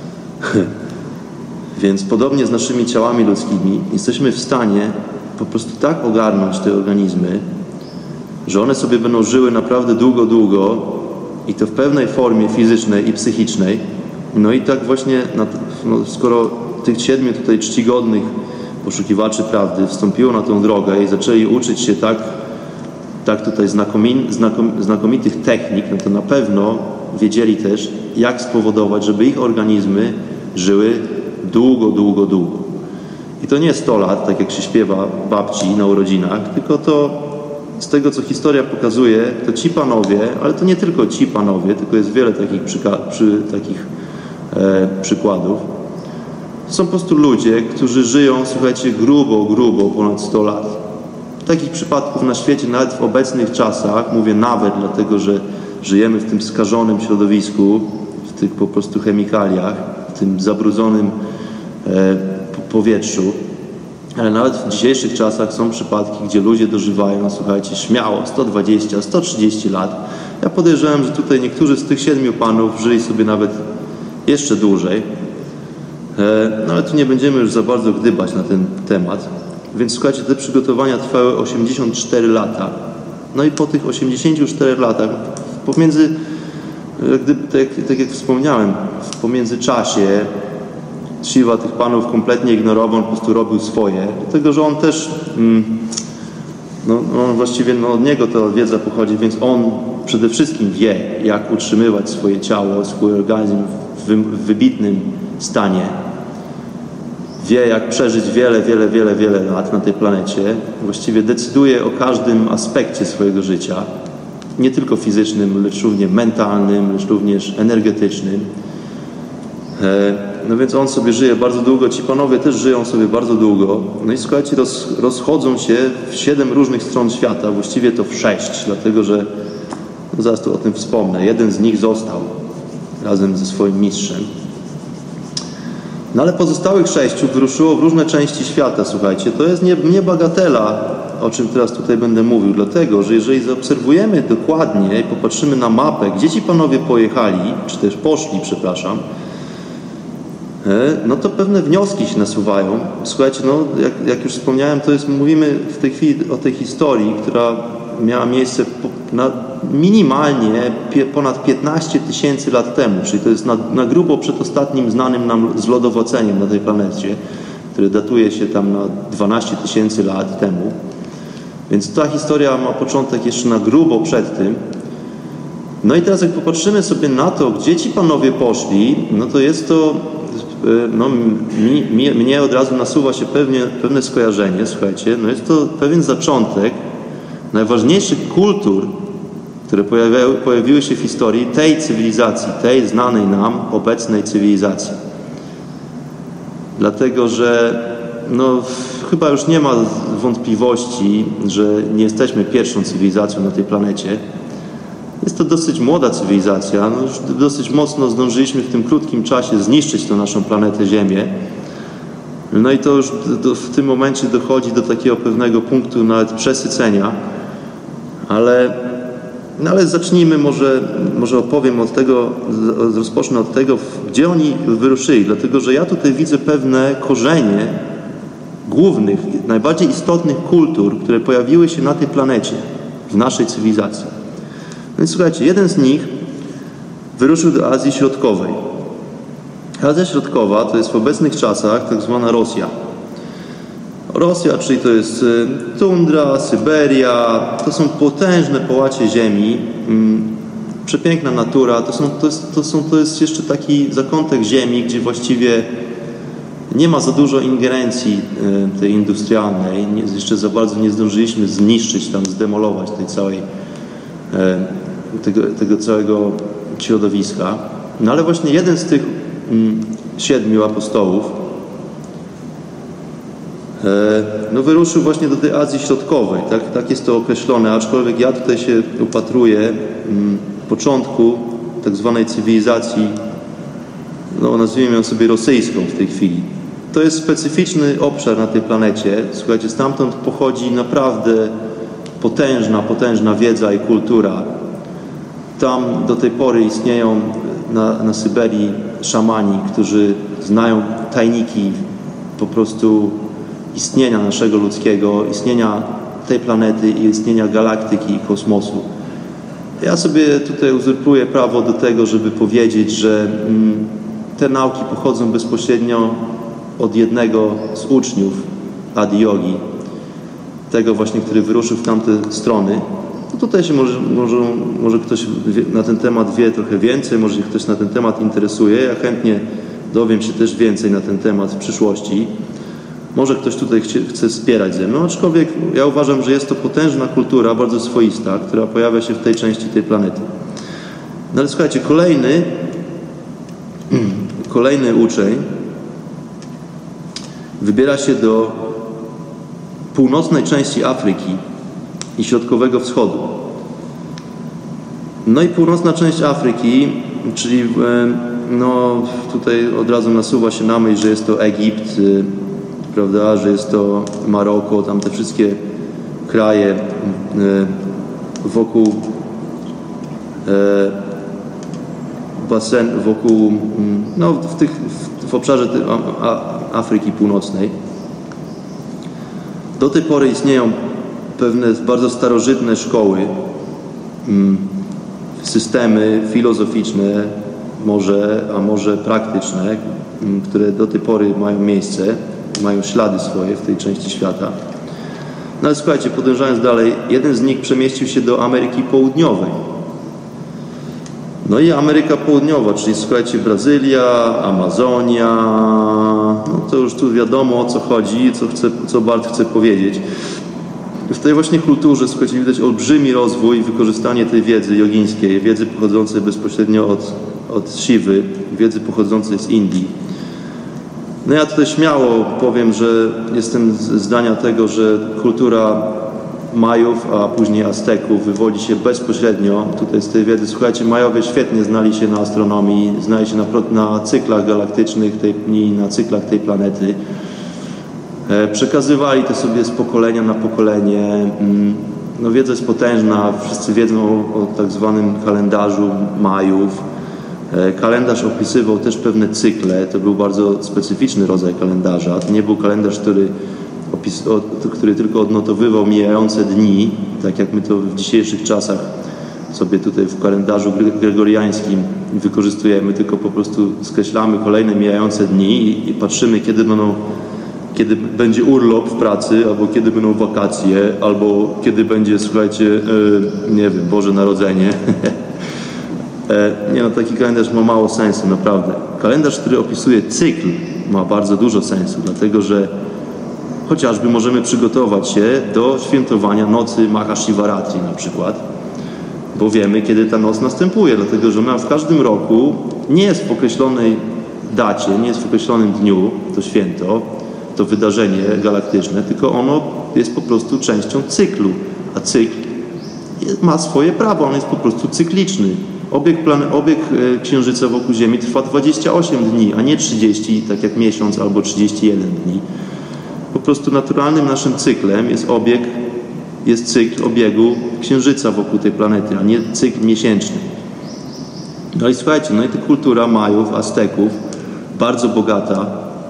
Więc podobnie z naszymi ciałami ludzkimi jesteśmy w stanie po prostu tak ogarnąć te organizmy, że one sobie będą żyły naprawdę długo, długo i to w pewnej formie fizycznej i psychicznej. No i tak właśnie, no, skoro tych siedmiu tutaj czcigodnych poszukiwaczy prawdy wstąpiło na tą drogę i zaczęli uczyć się tak, tak tutaj znakomi, znakom, znakomitych technik, no to na pewno wiedzieli też, jak spowodować, żeby ich organizmy żyły długo, długo, długo. I to nie sto lat, tak jak się śpiewa babci na urodzinach, tylko to z tego, co historia pokazuje, to ci panowie, ale to nie tylko ci panowie, tylko jest wiele takich, przyka- przy, takich e, przykładów. To są po prostu ludzie, którzy żyją, słuchajcie, grubo, grubo ponad sto lat. Takich przypadków na świecie, nawet w obecnych czasach, mówię nawet dlatego, że żyjemy w tym skażonym środowisku, w tych po prostu chemikaliach, w tym zabrudzonym e, powietrzu, ale nawet w dzisiejszych czasach są przypadki, gdzie ludzie dożywają, słuchajcie, śmiało sto dwadzieścia, sto trzydzieści lat. Ja podejrzewam, że tutaj niektórzy z tych siedmiu panów żyli sobie nawet jeszcze dłużej. No ale tu nie będziemy już za bardzo gdybać na ten temat. Więc słuchajcie, te przygotowania trwały osiemdziesiąt cztery lata. No i po tych osiemdziesięciu czterech latach, pomiędzy, gdyby, tak, tak jak wspomniałem, w pomiędzyczasie Shiva tych panów kompletnie ignorował, on po prostu robił swoje. Dlatego, że on też, mm, no, on właściwie no, od niego ta wiedza pochodzi, więc on przede wszystkim wie, jak utrzymywać swoje ciało, swój organizm w, wy, w wybitnym stanie. Wie, jak przeżyć wiele, wiele, wiele, wiele lat na tej planecie. Właściwie decyduje o każdym aspekcie swojego życia. Nie tylko fizycznym, lecz również mentalnym, lecz również energetycznym. No więc on sobie żyje bardzo długo, ci panowie też żyją sobie bardzo długo. No i słuchajcie, roz, rozchodzą się w siedem różnych stron świata, właściwie to w sześć, dlatego że, no zaraz tu o tym wspomnę, jeden z nich został razem ze swoim mistrzem. No ale pozostałych sześciu wyruszyło w różne części świata, słuchajcie. To jest nie, nie bagatela, o czym teraz tutaj będę mówił, dlatego, że jeżeli zaobserwujemy dokładnie i popatrzymy na mapę, gdzie ci panowie pojechali, czy też poszli, przepraszam, no to pewne wnioski się nasuwają. Słuchajcie, no jak, jak już wspomniałem, to jest, mówimy w tej chwili o tej historii, która miała miejsce po, na minimalnie pie, ponad piętnaście tysięcy lat temu, czyli to jest na, na grubo przed ostatnim znanym nam zlodowaceniem na tej planecie, które datuje się tam na dwanaście tysięcy lat temu. Więc ta historia ma początek jeszcze na grubo przed tym. No i teraz jak popatrzymy sobie na to, gdzie ci panowie poszli, no to jest to, no mi, mi, mnie od razu nasuwa się pewnie, pewne skojarzenie, słuchajcie, no jest to pewien zaczątek najważniejszych kultur, które pojawiały, pojawiły się w historii tej cywilizacji, tej znanej nam obecnej cywilizacji. Dlatego, że no, chyba już nie ma wątpliwości, że nie jesteśmy pierwszą cywilizacją na tej planecie. Jest to dosyć młoda cywilizacja. No, już dosyć mocno zdążyliśmy w tym krótkim czasie zniszczyć tę naszą planetę Ziemię. No i to już do, w tym momencie dochodzi do takiego pewnego punktu nawet przesycenia. Ale, no ale zacznijmy, może, może opowiem od tego, rozpocznę od tego, gdzie oni wyruszyli. Dlatego, że ja tutaj widzę pewne korzenie głównych, najbardziej istotnych kultur, które pojawiły się na tej planecie, w naszej cywilizacji. No i słuchajcie, jeden z nich wyruszył do Azji Środkowej. Azja Środkowa to jest w obecnych czasach tak zwana Rosja. Rosja, czyli to jest tundra, Syberia, to są potężne połacie ziemi, przepiękna natura, to, są, to, jest, to, są, to jest jeszcze taki zakątek ziemi, gdzie właściwie nie ma za dużo ingerencji tej industrialnej, nie, jeszcze za bardzo nie zdążyliśmy zniszczyć, tam zdemolować tej całej, tego, tego całego środowiska. No ale właśnie jeden z tych mm, siedmiu apostołów e, no wyruszył właśnie do tej Azji Środkowej, tak, tak jest to określone, aczkolwiek ja tutaj się upatruję mm, początku tak zwanej cywilizacji no nazwijmy ją sobie rosyjską w tej chwili. To jest specyficzny obszar na tej planecie. Słuchajcie, stamtąd pochodzi naprawdę potężna, potężna wiedza i kultura. Tam do tej pory istnieją na, na Syberii szamani, którzy znają tajniki po prostu istnienia naszego ludzkiego, istnienia tej planety i istnienia galaktyki i kosmosu. Ja sobie tutaj uzurpuję prawo do tego, żeby powiedzieć, że mm, te nauki pochodzą bezpośrednio od jednego z uczniów Adiyogi, tego właśnie, który wyruszył w tamte strony. No tutaj się może, może, może ktoś wie, na ten temat wie trochę więcej, może się ktoś na ten temat interesuje. Ja chętnie dowiem się też więcej na ten temat w przyszłości. Może ktoś tutaj chce, chce wspierać ze mną, aczkolwiek ja uważam, że jest to potężna kultura, bardzo swoista, która pojawia się w tej części tej planety. No ale słuchajcie, kolejny, kolejny uczeń wybiera się do północnej części Afryki i Środkowego Wschodu. No i północna część Afryki, czyli no tutaj od razu nasuwa się na myśl, że jest to Egipt, prawda, że jest to Maroko, tam te wszystkie kraje wokół basen, wokół, no w, tych, w obszarze Afryki Północnej. Do tej pory istnieją pewne bardzo starożytne szkoły, systemy filozoficzne, może, a może praktyczne, które do tej pory mają miejsce, mają ślady swoje w tej części świata. No ale słuchajcie, podążając dalej, jeden z nich przemieścił się do Ameryki Południowej. No i Ameryka Południowa, czyli słuchajcie, Brazylia, Amazonia, no to już tu wiadomo, o co chodzi, co, chce, co Bart chce powiedzieć. W tej właśnie kulturze, słuchajcie, widać olbrzymi rozwój i wykorzystanie tej wiedzy jogińskiej, wiedzy pochodzącej bezpośrednio od, od Siwy, wiedzy pochodzącej z Indii. No ja tutaj śmiało powiem, że jestem zdania tego, że kultura Majów, a później Azteków wywodzi się bezpośrednio tutaj z tej wiedzy. Słuchajcie, Majowie świetnie znali się na astronomii, znali się na, na cyklach galaktycznych tej, i na cyklach tej planety. E, przekazywali to sobie z pokolenia na pokolenie. No, wiedza jest potężna, wszyscy wiedzą o, o tak zwanym kalendarzu Majów. E, kalendarz opisywał też pewne cykle, to był bardzo specyficzny rodzaj kalendarza. To nie był kalendarz, który Opis, o, który tylko odnotowywał mijające dni, tak jak my to w dzisiejszych czasach sobie tutaj w kalendarzu gregoriańskim wykorzystujemy, tylko po prostu skreślamy kolejne mijające dni i, i patrzymy, kiedy będą, kiedy będzie urlop w pracy, albo kiedy będą wakacje, albo kiedy będzie, słuchajcie, e, nie wiem, Boże Narodzenie. e, nie no, taki kalendarz ma mało sensu, naprawdę. Kalendarz, który opisuje cykl, ma bardzo dużo sensu, dlatego że chociażby możemy przygotować się do świętowania nocy Mahashivaratri na przykład, bo wiemy, kiedy ta noc następuje, dlatego że ona w każdym roku nie jest w określonej dacie, nie jest w określonym dniu to święto, to wydarzenie galaktyczne, tylko ono jest po prostu częścią cyklu, a cykl ma swoje prawo, on jest po prostu cykliczny. Obieg, plan, obieg Księżyca wokół Ziemi trwa dwadzieścia osiem dni, a nie trzydzieści, tak jak miesiąc, albo trzydzieści jeden dni. Po prostu naturalnym naszym cyklem jest obieg, jest cykl obiegu Księżyca wokół tej planety, a nie cykl miesięczny. No i słuchajcie, no i ta kultura Majów, Azteków, bardzo bogata.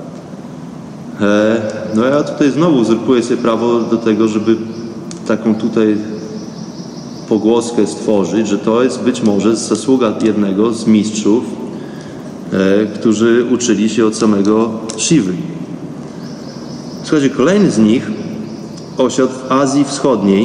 E, no ja tutaj znowu uzurpuję sobie prawo do tego, żeby taką tutaj pogłoskę stworzyć, że to jest być może zasługa jednego z mistrzów, e, którzy uczyli się od samego Siwy. Słuchajcie, kolejny z nich osiadł w Azji Wschodniej.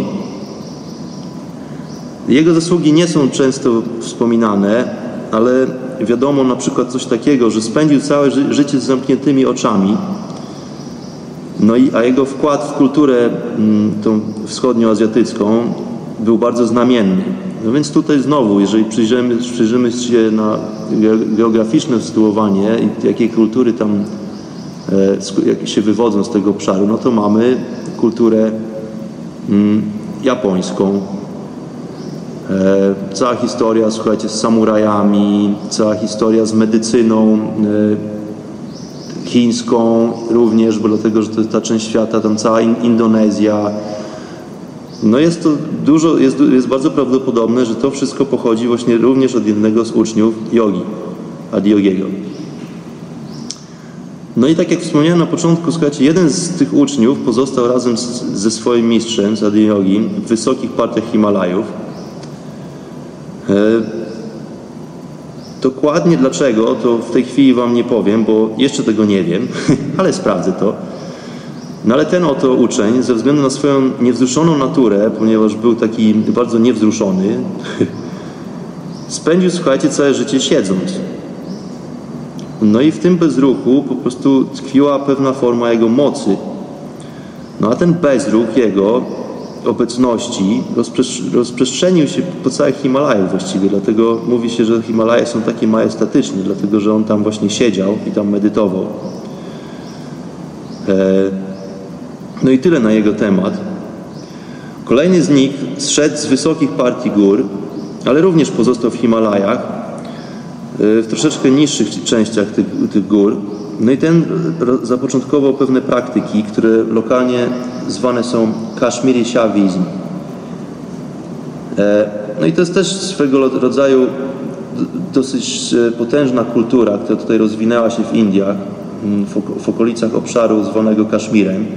Jego zasługi nie są często wspominane, ale wiadomo na przykład coś takiego, że spędził całe ży życie z zamkniętymi oczami. No i, a jego wkład w kulturę m, tą wschodnioazjatycką był bardzo znamienny. No więc tutaj znowu, jeżeli przyjrzymy, przyjrzymy się na geograficzne sytuowanie i jakiej kultury tam jak się wywodzą z tego obszaru, no to mamy kulturę mm, japońską, E, cała historia, słuchajcie, z samurajami, cała historia z medycyną e, chińską również, bo dlatego, że to jest ta część świata, tam cała in, Indonezja. No jest to dużo, jest, jest bardzo prawdopodobne, że to wszystko pochodzi właśnie również od jednego z uczniów jogi, Adiyogiego. No i tak jak wspomniałem na początku, słuchajcie, jeden z tych uczniów pozostał razem z, ze swoim mistrzem, z Adiyogi, w wysokich partiach Himalajów. E, dokładnie dlaczego, to w tej chwili wam nie powiem, bo jeszcze tego nie wiem, ale sprawdzę to. No ale ten oto uczeń, ze względu na swoją niewzruszoną naturę, ponieważ był taki bardzo niewzruszony, spędził, słuchajcie, całe życie siedząc. No i w tym bezruchu po prostu tkwiła pewna forma jego mocy. No a ten bezruch jego obecności rozprzestrzenił, rozprzestrzenił się po całych Himalajach właściwie, dlatego mówi się, że Himalaje są takie majestatyczne, dlatego że on tam właśnie siedział i tam medytował. No i tyle na jego temat. Kolejny z nich zszedł z wysokich partii gór, ale również pozostał w Himalajach, w troszeczkę niższych częściach tych, tych gór. No i ten zapoczątkował pewne praktyki, które lokalnie zwane są Kashmiri Shaivism. No i to jest też swego rodzaju dosyć potężna kultura, która tutaj rozwinęła się w Indiach, w okolicach obszaru zwanego Kaszmirem.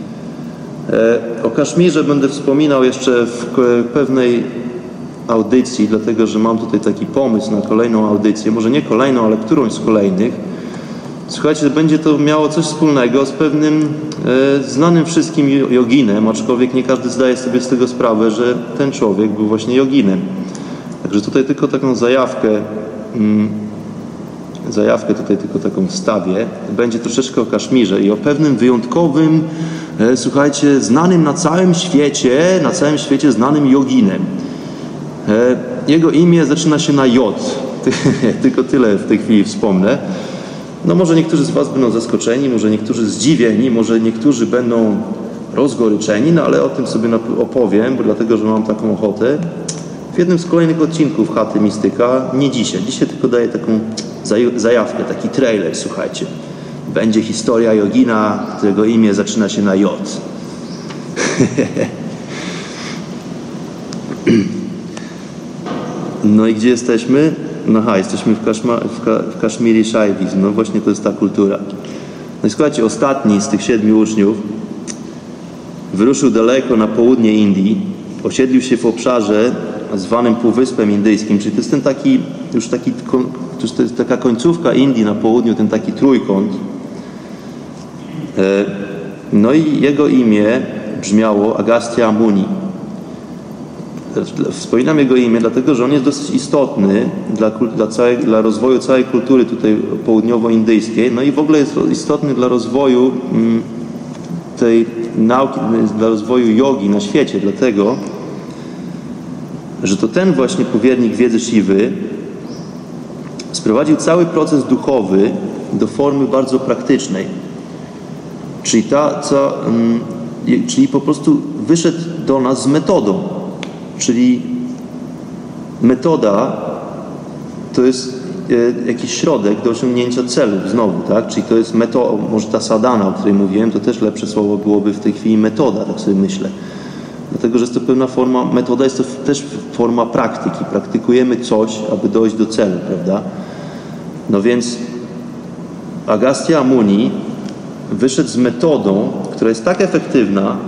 O Kaszmirze będę wspominał jeszcze w pewnej audycji, dlatego że mam tutaj taki pomysł na kolejną audycję, może nie kolejną, ale którąś z kolejnych. Słuchajcie, będzie to miało coś wspólnego z pewnym e, znanym wszystkim joginem, aczkolwiek nie każdy zdaje sobie z tego sprawę, że ten człowiek był właśnie joginem. Także tutaj tylko taką zajawkę mm, zajawkę tutaj tylko taką wstawię. Będzie troszeczkę o Kaszmirze i o pewnym wyjątkowym, e, słuchajcie, znanym na całym świecie, na całym świecie znanym joginem. E, jego imię zaczyna się na J. Tylko tyle w tej chwili wspomnę. No może niektórzy z was będą zaskoczeni, może niektórzy zdziwieni, może niektórzy będą rozgoryczeni, no ale o tym sobie opowiem, bo dlatego, że mam taką ochotę. W jednym z kolejnych odcinków Chaty Mistyka, nie dzisiaj, dzisiaj tylko daję taką zajawkę, taki trailer, słuchajcie. Będzie historia jogina, którego imię zaczyna się na J. No i gdzie jesteśmy? No ha, jesteśmy w, Kaszma, w, Ka, w Kashmiri Shaivism. No właśnie to jest ta kultura. No i słuchajcie, ostatni z tych siedmiu uczniów wyruszył daleko na południe Indii, osiedlił się w obszarze zwanym Półwyspem Indyjskim, czyli to jest ten taki, już taki, to jest taka końcówka Indii na południu, ten taki trójkąt. No i jego imię brzmiało Agastya Muni. Wspominam jego imię, dlatego że on jest dosyć istotny dla, dla, całej, dla rozwoju całej kultury tutaj południowoindyjskiej, no i w ogóle jest istotny dla rozwoju mm, tej nauki, dla rozwoju jogi na świecie, dlatego że to ten właśnie powiernik wiedzy Siwy sprowadził cały proces duchowy do formy bardzo praktycznej. Czyli, ta, ca, mm, czyli po prostu wyszedł do nas z metodą. Czyli metoda to jest e, jakiś środek do osiągnięcia celów znowu, tak? Czyli to jest metoda, może ta sadhana, o której mówiłem, to też lepsze słowo byłoby w tej chwili metoda, tak sobie myślę. Dlatego, że jest to pewna forma, metoda jest to też forma praktyki. Praktykujemy coś, aby dojść do celu, prawda? No więc Agastya Muni wyszedł z metodą, która jest tak efektywna,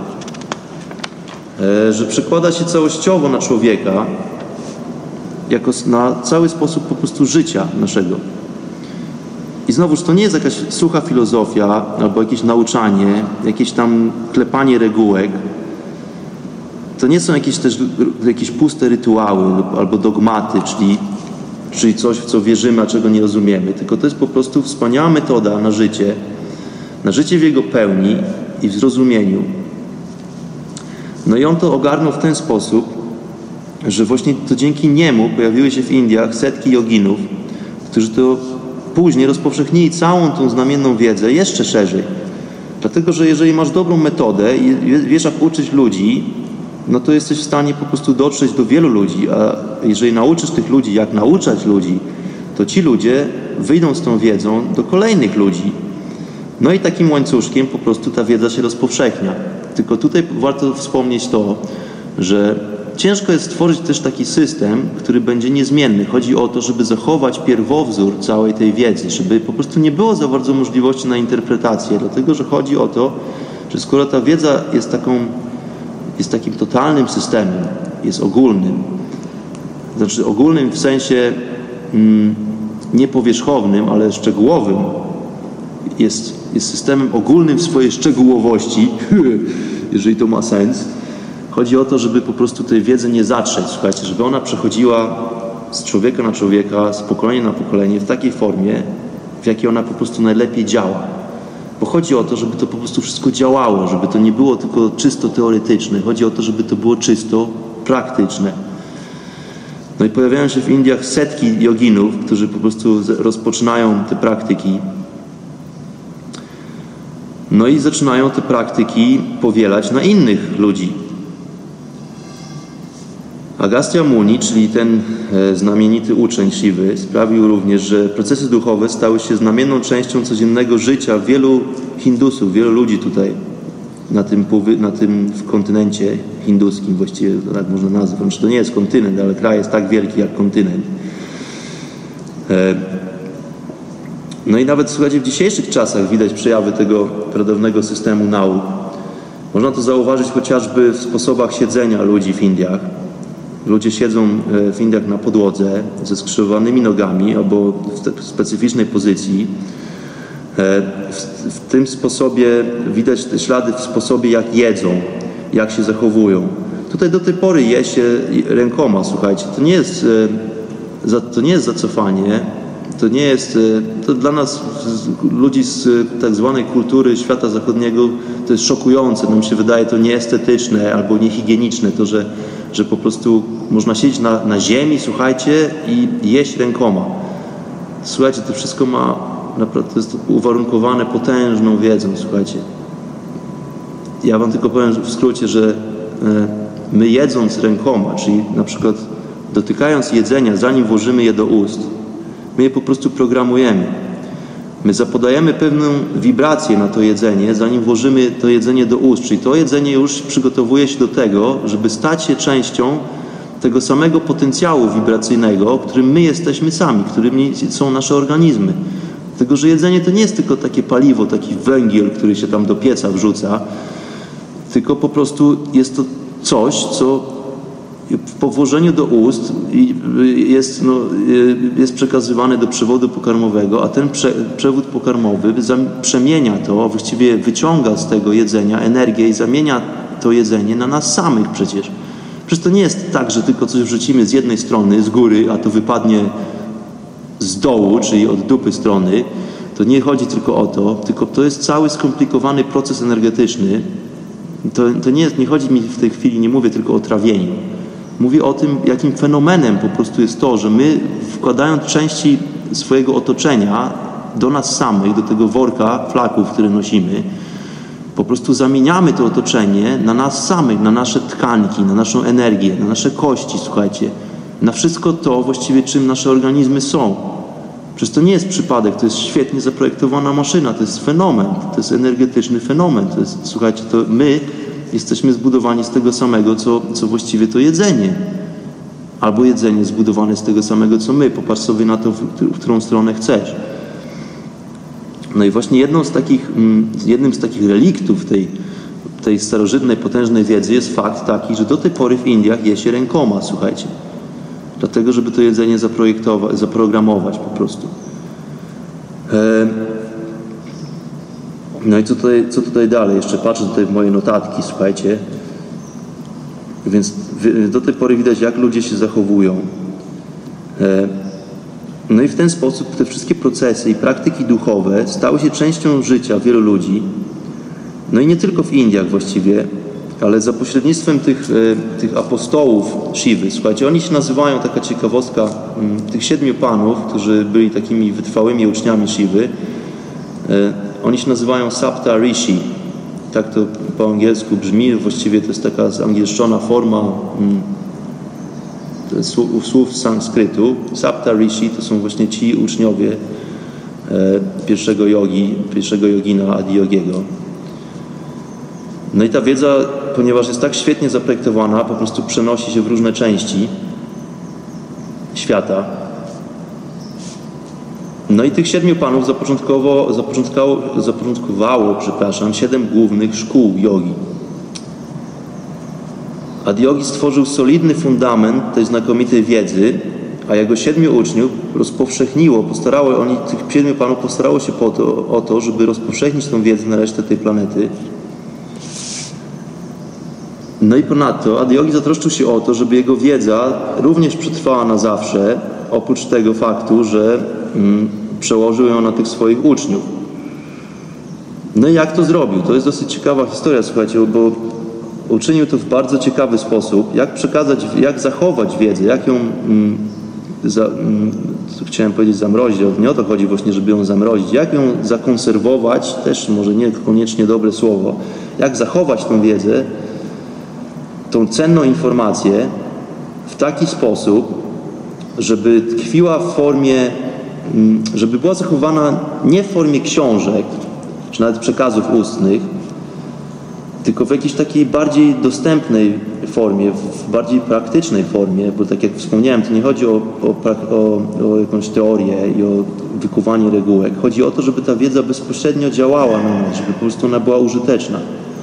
że przekłada się całościowo na człowieka, jako na cały sposób po prostu życia naszego. I znowuż to nie jest jakaś sucha filozofia, albo jakieś nauczanie, jakieś tam klepanie regułek. To nie są jakieś też jakieś puste rytuały albo dogmaty, czyli, czyli coś, w co wierzymy, a czego nie rozumiemy. Tylko to jest po prostu wspaniała metoda na życie, na życie w jego pełni i w zrozumieniu. No i on to ogarnął w ten sposób, że właśnie to dzięki niemu pojawiły się w Indiach setki joginów, którzy to później rozpowszechnili całą tą znamienną wiedzę jeszcze szerzej. Dlatego, że jeżeli masz dobrą metodę i wiesz, jak uczyć ludzi, no to jesteś w stanie po prostu dotrzeć do wielu ludzi, a jeżeli nauczysz tych ludzi, jak nauczać ludzi, to ci ludzie wyjdą z tą wiedzą do kolejnych ludzi. No i takim łańcuszkiem po prostu ta wiedza się rozpowszechnia. Tylko tutaj warto wspomnieć to, że ciężko jest stworzyć też taki system, który będzie niezmienny. Chodzi o to, żeby zachować pierwowzór całej tej wiedzy, żeby po prostu nie było za bardzo możliwości na interpretację, dlatego że chodzi o to, że skoro ta wiedza jest taką, jest takim totalnym systemem, jest ogólnym, znaczy ogólnym w sensie mm, nie powierzchownym, ale szczegółowym, jest, jest systemem ogólnym w swojej szczegółowości, jeżeli to ma sens. Chodzi o to, żeby po prostu tej wiedzy nie zatrzeć, słuchajcie, żeby ona przechodziła z człowieka na człowieka, z pokolenia na pokolenie w takiej formie, w jakiej ona po prostu najlepiej działa. Bo chodzi o to, żeby to po prostu wszystko działało, żeby to nie było tylko czysto teoretyczne. Chodzi o to, żeby to było czysto praktyczne. No i pojawiają się w Indiach setki joginów, którzy po prostu rozpoczynają te praktyki. No i zaczynają te praktyki powielać na innych ludzi. Agastya Muni, czyli ten e, znamienity uczeń Siwy, sprawił również, że procesy duchowe stały się znamienną częścią codziennego życia wielu Hindusów, wielu ludzi tutaj na tym, na tym w kontynencie hinduskim, właściwie tak można nazwać. Znaczy, to nie jest kontynent, ale kraj jest tak wielki jak kontynent. E, no i nawet, słuchajcie, w dzisiejszych czasach widać przejawy tego pradawnego systemu nauk. Można to zauważyć chociażby w sposobach siedzenia ludzi w Indiach. Ludzie siedzą w Indiach na podłodze ze skrzyżowanymi nogami albo w specyficznej pozycji. W, w tym sposobie widać te ślady w sposobie, jak jedzą, jak się zachowują. Tutaj do tej pory je się rękoma, słuchajcie. To nie jest, to nie jest zacofanie, to nie jest, to dla nas, ludzi z tak zwanej kultury świata zachodniego, to jest szokujące. Nam się wydaje to nieestetyczne albo niehigieniczne, to, że że po prostu można siedzieć na, na ziemi, słuchajcie, i jeść rękoma. Słuchajcie, to wszystko ma, naprawdę, to jest uwarunkowane potężną wiedzą, słuchajcie. Ja wam tylko powiem w skrócie, że my jedząc rękoma, czyli na przykład dotykając jedzenia, zanim włożymy je do ust, my je po prostu programujemy. My zapodajemy pewną wibrację na to jedzenie, zanim włożymy to jedzenie do ust. Czyli to jedzenie już przygotowuje się do tego, żeby stać się częścią tego samego potencjału wibracyjnego, którym my jesteśmy sami, którymi są nasze organizmy. Dlatego, że jedzenie to nie jest tylko takie paliwo, taki węgiel, który się tam do pieca wrzuca, tylko po prostu jest to coś, co po włożeniu do ust jest, no, jest przekazywane do przewodu pokarmowego, a ten prze, przewód pokarmowy przemienia to, właściwie wyciąga z tego jedzenia energię i zamienia to jedzenie na nas samych przecież. Przecież to nie jest tak, że tylko coś wrzucimy z jednej strony, z góry, a to wypadnie z dołu, czyli od dupy strony. To nie chodzi tylko o to, tylko to jest cały skomplikowany proces energetyczny. To, to nie, jest, nie chodzi mi w tej chwili, nie mówię tylko o trawieniu. Mówię o tym, jakim fenomenem po prostu jest to, że my, wkładając części swojego otoczenia do nas samych, do tego worka flaków, które nosimy, po prostu zamieniamy to otoczenie na nas samych, na nasze tkanki, na naszą energię, na nasze kości, słuchajcie, na wszystko to właściwie, czym nasze organizmy są. Przecież to nie jest przypadek, to jest świetnie zaprojektowana maszyna, to jest fenomen, to jest energetyczny fenomen, to jest, słuchajcie, to my jesteśmy zbudowani z tego samego, co, co właściwie to jedzenie. Albo jedzenie zbudowane z tego samego, co my. Popatrz sobie na to, w którą stronę chcesz. No i właśnie jedną z takich, jednym z takich reliktów tej, tej starożytnej, potężnej wiedzy jest fakt taki, że do tej pory w Indiach je się rękoma, słuchajcie. Dlatego, żeby to jedzenie zaprojektować, zaprogramować po prostu. E No i co tutaj, co tutaj dalej? Jeszcze patrzę tutaj w moje notatki, słuchajcie. Więc do tej pory widać, jak ludzie się zachowują. No i w ten sposób te wszystkie procesy i praktyki duchowe stały się częścią życia wielu ludzi. No i nie tylko w Indiach właściwie, ale za pośrednictwem tych, tych apostołów Siwy. Słuchajcie, oni się nazywają, taka ciekawostka, tych siedmiu panów, którzy byli takimi wytrwałymi uczniami Siwy. Oni się nazywają Sapta Rishi. tak to po angielsku brzmi, właściwie to jest taka zangielszczona forma mm, słów, słów sanskrytu. Sapta Rishi to są właśnie ci uczniowie e, pierwszego jogi, pierwszego jogina Adiyogiego. No i ta wiedza, ponieważ jest tak świetnie zaprojektowana, po prostu przenosi się w różne części świata. No i tych siedmiu panów zapoczątkowo, zapoczątkowało, zapoczątkowało przepraszam, siedem głównych szkół jogi. Adiyogi stworzył solidny fundament tej znakomitej wiedzy, a jego siedmiu uczniów rozpowszechniło, postarało, oni, tych siedmiu panów postarało się po to, o to, żeby rozpowszechnić tę wiedzę na resztę tej planety. No i ponadto Adiyogi zatroszczył się o to, żeby jego wiedza również przetrwała na zawsze, oprócz tego faktu, że mm, przełożył ją na tych swoich uczniów. No i jak to zrobił? To jest dosyć ciekawa historia, słuchajcie, bo uczynił to w bardzo ciekawy sposób. Jak przekazać, jak zachować wiedzę, jak ją, mm, za, mm, chciałem powiedzieć zamrozić, ale nie o to chodzi właśnie, żeby ją zamrozić, jak ją zakonserwować, też może niekoniecznie dobre słowo, jak zachować tę wiedzę, tą cenną informację w taki sposób, żeby tkwiła w formie, żeby była zachowana nie w formie książek, czy nawet przekazów ustnych, tylko w jakiejś takiej bardziej dostępnej formie, w bardziej praktycznej formie, bo tak jak wspomniałem, to nie chodzi o, o, o, o jakąś teorię i o wykuwanie regułek. Chodzi o to, żeby ta wiedza bezpośrednio działała na nas, żeby po prostu ona była użyteczna.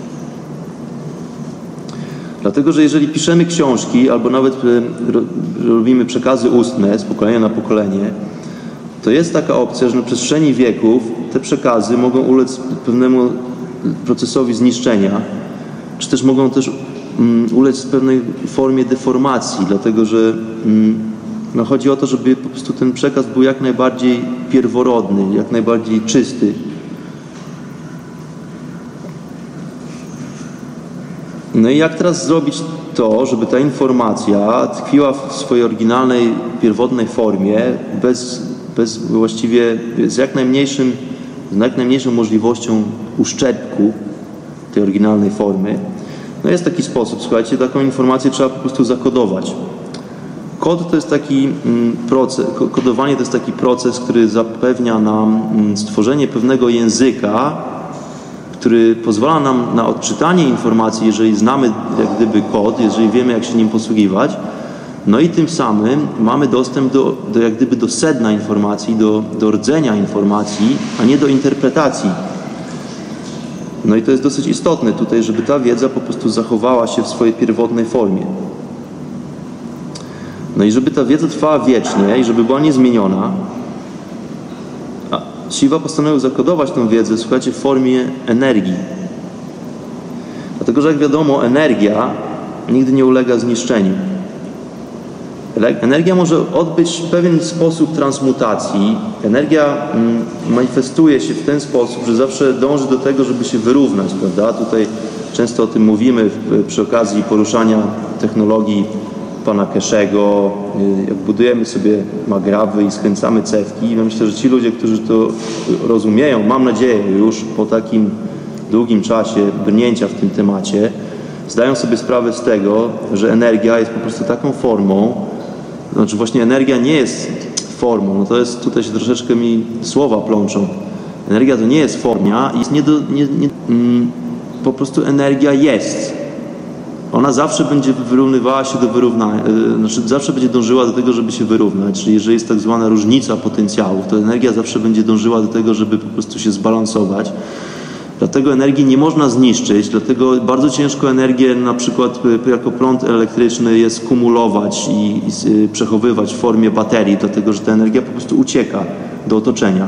Dlatego, że jeżeli piszemy książki albo nawet robimy przekazy ustne z pokolenia na pokolenie, to jest taka opcja, że na przestrzeni wieków te przekazy mogą ulec pewnemu procesowi zniszczenia, czy też mogą też um, ulec pewnej formie deformacji, dlatego że um, no, chodzi o to, żeby po prostu ten przekaz był jak najbardziej pierworodny, jak najbardziej czysty. No i jak teraz zrobić to, żeby ta informacja tkwiła w swojej oryginalnej, pierwotnej formie, bez, bez właściwie z jak najmniejszym, z jak najmniejszą możliwością uszczerbku tej oryginalnej formy. No jest taki sposób, słuchajcie, taką informację trzeba po prostu zakodować. Kod to jest taki proces, kodowanie to jest taki proces, który zapewnia nam stworzenie pewnego języka, który pozwala nam na odczytanie informacji, jeżeli znamy jak gdyby kod, jeżeli wiemy, jak się nim posługiwać. No i tym samym mamy dostęp do, do jak gdyby do sedna informacji, do, do rdzenia informacji, a nie do interpretacji. No i to jest dosyć istotne tutaj, żeby ta wiedza po prostu zachowała się w swojej pierwotnej formie. No i żeby ta wiedza trwała wiecznie i żeby była niezmieniona, Shiva postanowił zakodować tę wiedzę, słuchajcie, w formie energii. Dlatego, że jak wiadomo, energia nigdy nie ulega zniszczeniu. Energia może odbyć pewien sposób transmutacji. Energia manifestuje się w ten sposób, że zawsze dąży do tego, żeby się wyrównać, prawda? Tutaj często o tym mówimy przy okazji poruszania technologii pana Keszego, jak budujemy sobie magrawy i skręcamy cewki. Ja myślę, że ci ludzie, którzy to rozumieją, mam nadzieję już po takim długim czasie brnięcia w tym temacie, zdają sobie sprawę z tego, że energia jest po prostu taką formą, znaczy właśnie energia nie jest formą, no to jest, tutaj się troszeczkę mi słowa plączą. Energia to nie jest forma, jest nie do, nie, nie, mm, po prostu energia jest. Ona zawsze będzie wyrównywała się do wyrównania, znaczy zawsze będzie dążyła do tego, żeby się wyrównać. Czyli jeżeli jest tak zwana różnica potencjałów, to energia zawsze będzie dążyła do tego, żeby po prostu się zbalansować. Dlatego energii nie można zniszczyć, dlatego bardzo ciężko energię na przykład jako prąd elektryczny jest kumulować i, i przechowywać w formie baterii, dlatego że ta energia po prostu ucieka do otoczenia.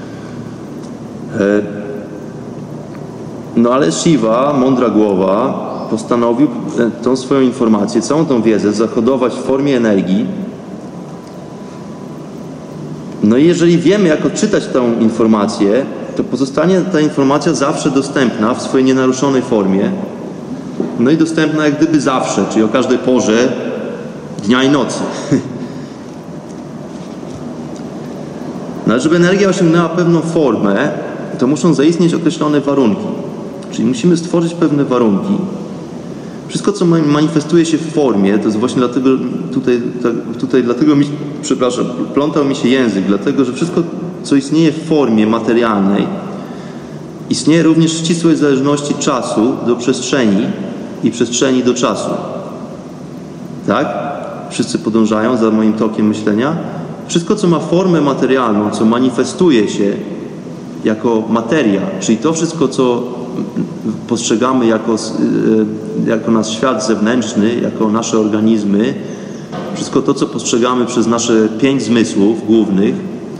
No ale Shiva, mądra głowa, postanowił tą swoją informację, całą tą wiedzę zakodować w formie energii. No i jeżeli wiemy, jak odczytać tę informację, to pozostanie ta informacja zawsze dostępna w swojej nienaruszonej formie. No i dostępna jak gdyby zawsze, czyli o każdej porze dnia i nocy. No ale żeby energia osiągnęła pewną formę, to muszą zaistnieć określone warunki. Czyli musimy stworzyć pewne warunki. Wszystko, co manifestuje się w formie, to jest właśnie dlatego, tutaj, tutaj dlatego mi, przepraszam, plątał mi się język, dlatego, że wszystko, co istnieje w formie materialnej, istnieje również w ścisłej zależności czasu do przestrzeni i przestrzeni do czasu. Tak? Wszyscy podążają za moim tokiem myślenia. Wszystko, co ma formę materialną, co manifestuje się jako materia, czyli to wszystko, co postrzegamy jako, jako nasz świat zewnętrzny, jako nasze organizmy, wszystko to, co postrzegamy przez nasze pięć zmysłów głównych,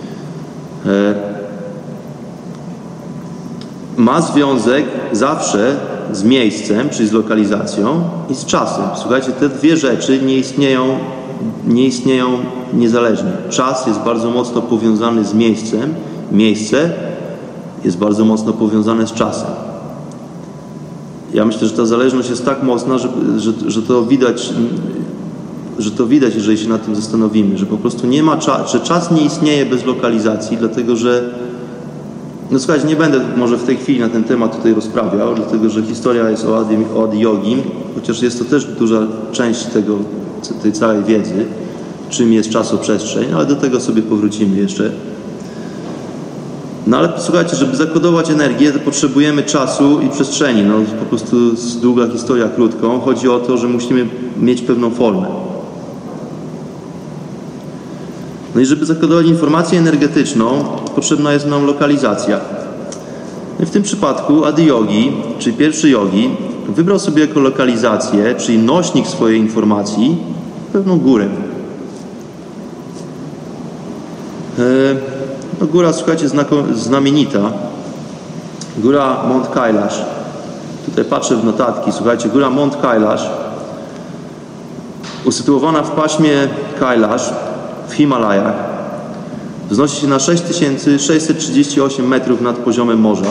ma związek zawsze z miejscem, czyli z lokalizacją i z czasem. Słuchajcie, te dwie rzeczy nie istnieją, nie istnieją niezależnie. Czas jest bardzo mocno powiązany z miejscem, miejsce jest bardzo mocno powiązane z czasem. Ja myślę, że ta zależność jest tak mocna, że, że, że to widać, że to widać, jeżeli się nad tym zastanowimy, że po prostu nie ma czasu, że czas nie istnieje bez lokalizacji, dlatego że no słuchajcie, nie będę może w tej chwili na ten temat tutaj rozprawiał, dlatego że historia jest o Adi, o Adi Yogi, chociaż jest to też duża część tego, tej całej wiedzy, czym jest czasoprzestrzeń, ale do tego sobie powrócimy jeszcze. No ale słuchajcie, żeby zakodować energię, to potrzebujemy czasu i przestrzeni. No po prostu długa historia krótką. Chodzi o to, że musimy mieć pewną formę. No i żeby zakodować informację energetyczną, potrzebna jest nam lokalizacja. No i w tym przypadku Adi Yogi, czyli pierwszy yogi, wybrał sobie jako lokalizację, czyli nośnik swojej informacji, pewną górę. No góra, słuchajcie, znamienita. Góra Mount Kailash. Tutaj patrzę w notatki. Słuchajcie, góra Mount Kailash, usytuowana w paśmie Kailash w Himalajach, wznosi się na sześć tysięcy sześćset trzydzieści osiem metrów nad poziomem morza.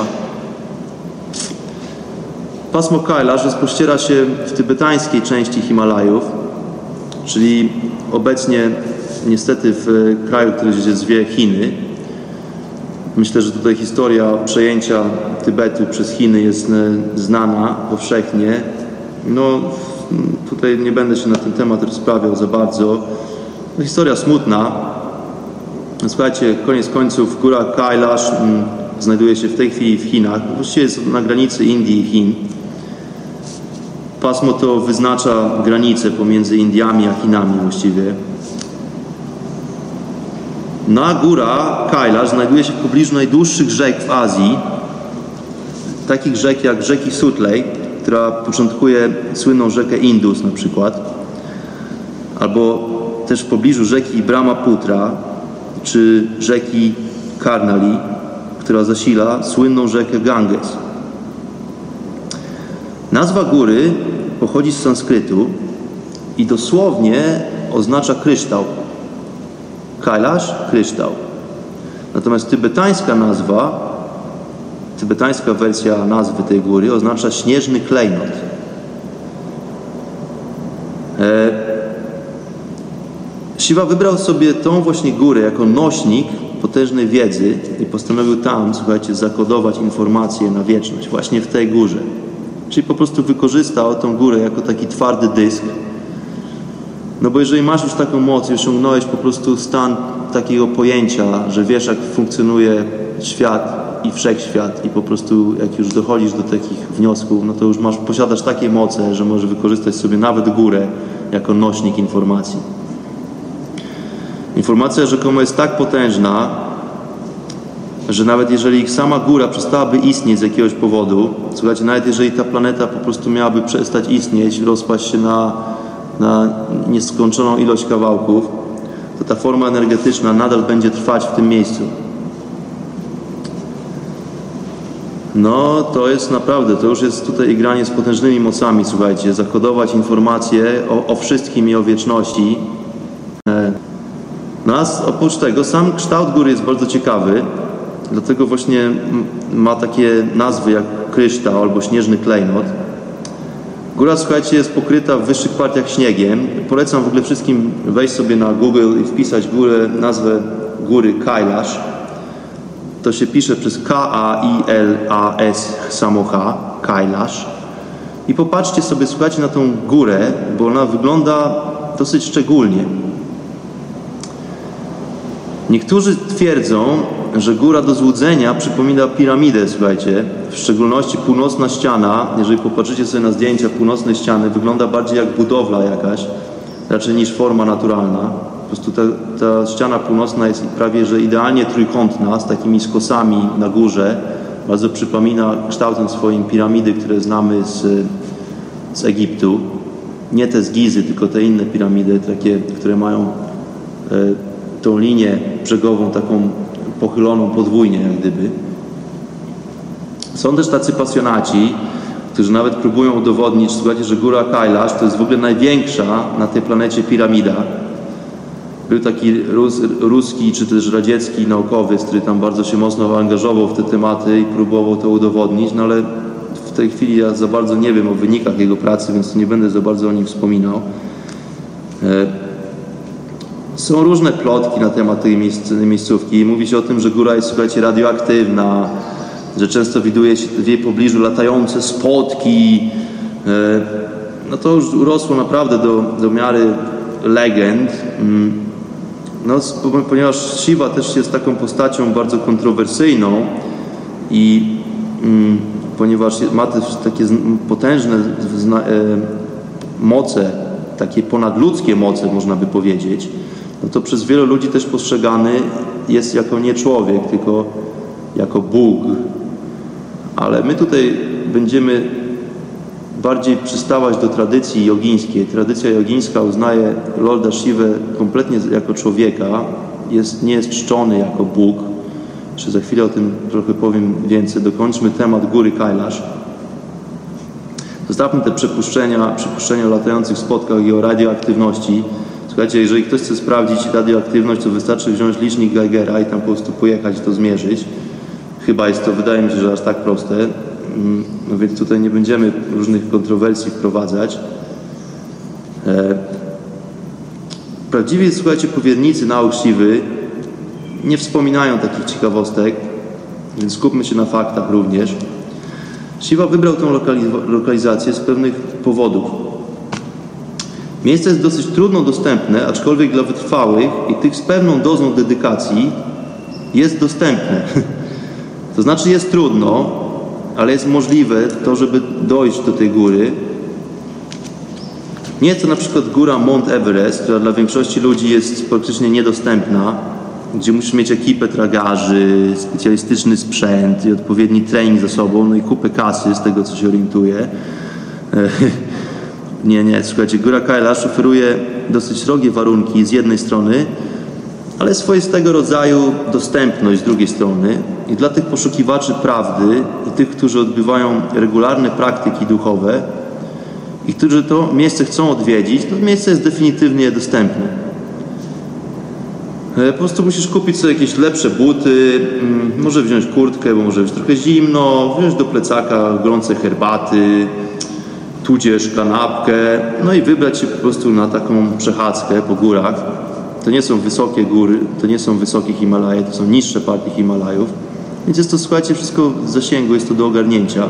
Pasmo Kailash rozpościera się w tybetańskiej części Himalajów, czyli obecnie niestety w kraju, który się zwie Chiny. Myślę, że tutaj historia przejęcia Tybetu przez Chiny jest znana powszechnie. No, tutaj nie będę się na ten temat rozprawiał za bardzo. No, historia smutna. Słuchajcie, koniec końców góra Kailash m, znajduje się w tej chwili w Chinach. Właściwie jest na granicy Indii i Chin. Pasmo to wyznacza granicę pomiędzy Indiami a Chinami właściwie. Na góra Kailash znajduje się w pobliżu najdłuższych rzek w Azji, takich rzek jak rzeki Sutlej, która początkuje słynną rzekę Indus na przykład, albo też w pobliżu rzeki Brahmaputra, czy rzeki Karnali, która zasila słynną rzekę Ganges. Nazwa góry pochodzi z sanskrytu i dosłownie oznacza kryształ. Kailash, kryształ. Natomiast tybetańska nazwa, tybetańska wersja nazwy tej góry oznacza śnieżny klejnot. E, Siwa wybrał sobie tą właśnie górę jako nośnik potężnej wiedzy i postanowił tam, słuchajcie, zakodować informacje na wieczność, właśnie w tej górze. Czyli po prostu wykorzystał tą górę jako taki twardy dysk. No bo jeżeli masz już taką moc i osiągnąłeś po prostu stan takiego pojęcia, że wiesz, jak funkcjonuje świat i wszechświat i po prostu jak już dochodzisz do takich wniosków, no to już masz, posiadasz takie moce, że możesz wykorzystać sobie nawet górę jako nośnik informacji. Informacja rzekomo jest tak potężna, że nawet jeżeli sama góra przestałaby istnieć z jakiegoś powodu, słuchajcie, nawet jeżeli ta planeta po prostu miałaby przestać istnieć, rozpaść się na, na nieskończoną ilość kawałków, to ta forma energetyczna nadal będzie trwać w tym miejscu. No, to jest naprawdę, to już jest tutaj igranie z potężnymi mocami, słuchajcie, zakodować informacje o, o wszystkim i o wieczności. No, a oprócz tego sam kształt góry jest bardzo ciekawy, dlatego właśnie ma takie nazwy jak kryształ albo śnieżny klejnot. Góra, słuchajcie, jest pokryta w wyższych partiach śniegiem. Polecam w ogóle wszystkim wejść sobie na Google i wpisać górę, nazwę góry Kailash. To się pisze przez K A I L A S samo H. Kailash. I popatrzcie sobie, słuchajcie, na tą górę, bo ona wygląda dosyć szczególnie. Niektórzy twierdzą, że góra do złudzenia przypomina piramidę, słuchajcie. W szczególności północna ściana, jeżeli popatrzycie sobie na zdjęcia północnej ściany, wygląda bardziej jak budowla jakaś, raczej niż forma naturalna. Po prostu ta, ta ściana północna jest prawie że idealnie trójkątna, z takimi skosami na górze. Bardzo przypomina kształtem swoim piramidy, które znamy z, z Egiptu. Nie te z Gizy, tylko te inne piramidy, takie, które mają e, tą linię brzegową taką pochyloną podwójnie, jak gdyby. Są też tacy pasjonaci, którzy nawet próbują udowodnić, słuchajcie, że góra Kailash to jest w ogóle największa na tej planecie piramida. Był taki Rus, ruski czy też radziecki naukowiec, który tam bardzo się mocno angażował w te tematy i próbował to udowodnić, no ale w tej chwili ja za bardzo nie wiem o wynikach jego pracy, więc nie będę za bardzo o nim wspominał. Są różne plotki na temat tej miejscówki. Mówi się o tym, że góra jest, słuchajcie, radioaktywna, że często widuje się w jej pobliżu latające spotki. No to już urosło naprawdę do, do miary legend. No, ponieważ Shiva też jest taką postacią bardzo kontrowersyjną i mm, ponieważ ma też takie potężne zna, e, moce, takie ponadludzkie moce, można by powiedzieć, no to przez wielu ludzi też postrzegany jest jako nie człowiek, tylko jako Bóg. Ale my tutaj będziemy bardziej przystawać do tradycji jogińskiej. Tradycja jogińska uznaje Lorda Shivę kompletnie jako człowieka, jest, nie jest czczony jako Bóg. Jeszcze za chwilę o tym trochę powiem więcej. Dokończmy temat góry Kailash. Zostawmy te przypuszczenia, przypuszczenia o latających spotkach i o radioaktywności. Słuchajcie, jeżeli ktoś chce sprawdzić radioaktywność, to wystarczy wziąć licznik Geigera i tam po prostu pojechać i to zmierzyć. Chyba jest to, wydaje mi się, że aż tak proste. No więc tutaj nie będziemy różnych kontrowersji wprowadzać. Prawdziwi, słuchajcie, powiernicy nauk Shiwy nie wspominają takich ciekawostek, więc skupmy się na faktach również. Shiva wybrał tę lokalizację z pewnych powodów. Miejsce jest dosyć trudno dostępne, aczkolwiek dla wytrwałych i tych z pewną dozą dedykacji jest dostępne. To znaczy jest trudno, ale jest możliwe to, żeby dojść do tej góry. Nie jest to na przykład góra Mount Everest, która dla większości ludzi jest praktycznie niedostępna, gdzie musisz mieć ekipę tragarzy, specjalistyczny sprzęt i odpowiedni trening za sobą, no i kupę kasy, z tego co się orientuję. Nie, nie, słuchajcie, góra Kailash oferuje dosyć srogie warunki z jednej strony, ale swoistego rodzaju dostępność z drugiej strony. I dla tych poszukiwaczy prawdy i tych, którzy odbywają regularne praktyki duchowe i którzy to miejsce chcą odwiedzić, to miejsce jest definitywnie dostępne. Po prostu musisz kupić sobie jakieś lepsze buty, może wziąć kurtkę, bo może być trochę zimno, wziąć do plecaka gorące herbaty, tudzież kanapkę, no i wybrać się po prostu na taką przechadzkę po górach. To nie są wysokie góry, to nie są wysokie Himalaje, to są niższe partie Himalajów. Więc jest to, słuchajcie, wszystko w zasięgu, jest to do ogarnięcia.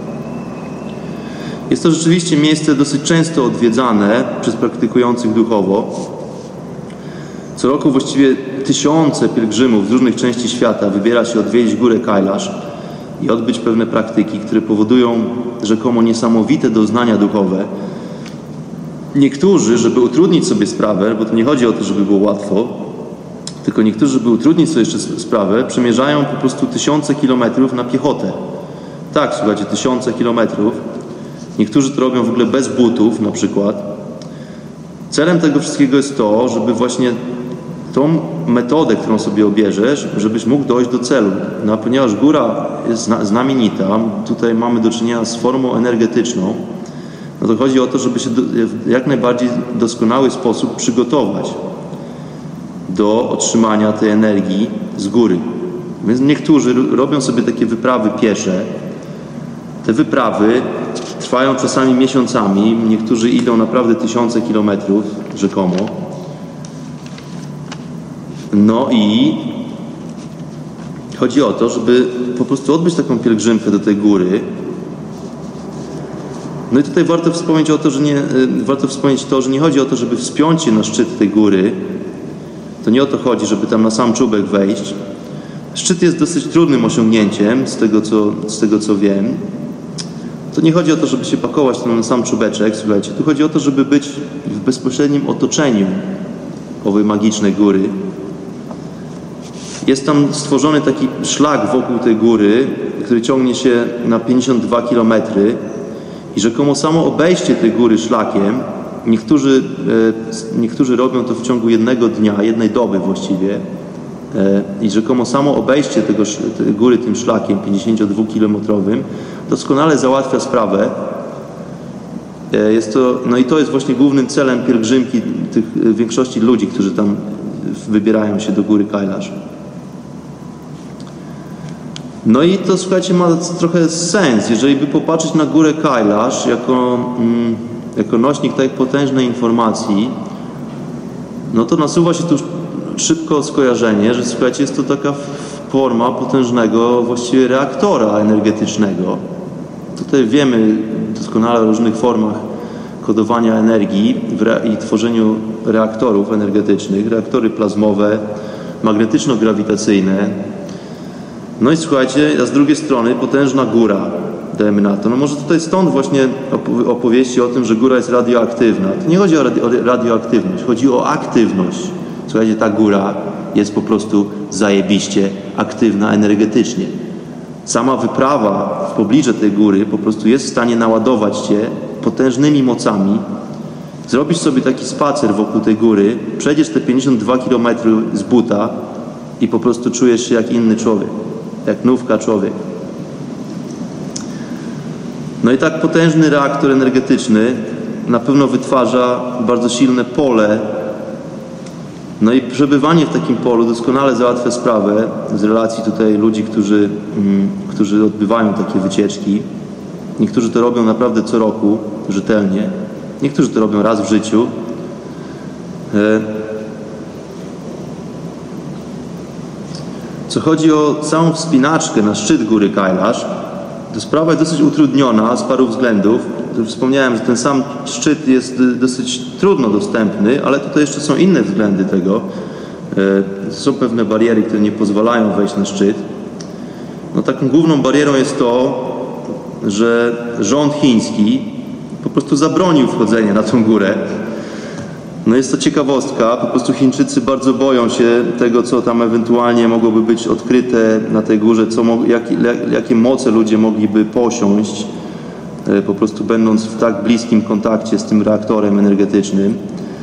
Jest to rzeczywiście miejsce dosyć często odwiedzane przez praktykujących duchowo. Co roku właściwie tysiące pielgrzymów z różnych części świata wybiera się odwiedzić górę Kailash i odbyć pewne praktyki, które powodują rzekomo niesamowite doznania duchowe. Niektórzy, żeby utrudnić sobie sprawę, bo to nie chodzi o to, żeby było łatwo, tylko niektórzy, żeby utrudnić sobie jeszcze sprawę, przemierzają po prostu tysiące kilometrów na piechotę. Tak, słuchajcie, tysiące kilometrów. Niektórzy to robią w ogóle bez butów na przykład. Celem tego wszystkiego jest to, żeby właśnie tą metodę, którą sobie obierzesz, żebyś mógł dojść do celu. No, a ponieważ góra jest znamienita, tutaj mamy do czynienia z formą energetyczną, no to chodzi o to, żeby się w jak najbardziej doskonały sposób przygotować do otrzymania tej energii z góry. Więc niektórzy robią sobie takie wyprawy piesze. Te wyprawy trwają czasami miesiącami, niektórzy idą naprawdę tysiące kilometrów rzekomo. No i chodzi o to, żeby po prostu odbyć taką pielgrzymkę do tej góry No i tutaj warto wspomnieć o to, że nie, warto wspomnieć to, że nie chodzi o to, żeby wspiąć się na szczyt tej góry. To nie o to chodzi, żeby tam na sam czubek wejść. Szczyt jest dosyć trudnym osiągnięciem, z tego co, z tego co wiem. To nie chodzi o to, żeby się pakować tam na sam czubeczek, słuchajcie. Tu chodzi o to, żeby być w bezpośrednim otoczeniu owej magicznej góry. Jest tam stworzony taki szlak wokół tej góry, który ciągnie się na pięćdziesiąt dwa kilometry i rzekomo samo obejście tej góry szlakiem, niektórzy, niektórzy robią to w ciągu jednego dnia, jednej doby właściwie, i rzekomo samo obejście tego, tej góry tym szlakiem pięćdziesięciodwukilometrowym doskonale załatwia sprawę. Jest to, no i to jest właśnie głównym celem pielgrzymki tych większości ludzi, którzy tam wybierają się do góry Kailash. No i to, słuchajcie, ma trochę sens, jeżeli by popatrzeć na górę Kailash jako, mm, jako nośnik tak potężnej informacji, no to nasuwa się tu szybko skojarzenie, że, słuchajcie, jest to taka forma potężnego właściwie reaktora energetycznego. Tutaj wiemy doskonale o różnych formach kodowania energii i tworzeniu reaktorów energetycznych, reaktory plazmowe, magnetyczno-grawitacyjne. No i słuchajcie, a z drugiej strony potężna góra, dajemy na to. No może tutaj stąd właśnie opowieści o tym, że góra jest radioaktywna. To nie chodzi o radioaktywność, chodzi o aktywność. Słuchajcie, ta góra jest po prostu zajebiście aktywna energetycznie. Sama wyprawa w pobliże tej góry po prostu jest w stanie naładować cię potężnymi mocami. Zrobisz sobie taki spacer wokół tej góry, przejdziesz te pięćdziesiąt dwa kilometry z buta i po prostu czujesz się jak inny człowiek, jak nówka człowiek. No i tak potężny reaktor energetyczny na pewno wytwarza bardzo silne pole. No i przebywanie w takim polu doskonale załatwia sprawę z relacji tutaj ludzi, którzy, mm, którzy odbywają takie wycieczki. Niektórzy to robią naprawdę co roku, rzetelnie. Niektórzy to robią raz w życiu. Co chodzi o całą wspinaczkę na szczyt góry Kailash, to sprawa jest dosyć utrudniona z paru względów. Wspomniałem, że ten sam szczyt jest dosyć trudno dostępny, ale tutaj jeszcze są inne względy tego. Są pewne bariery, które nie pozwalają wejść na szczyt. No, taką główną barierą jest to, że rząd chiński po prostu zabronił wchodzenia na tą górę. No jest to ciekawostka, po prostu Chińczycy bardzo boją się tego, co tam ewentualnie mogłoby być odkryte na tej górze, co, jak, jakie moce ludzie mogliby posiąść, po prostu będąc w tak bliskim kontakcie z tym reaktorem energetycznym.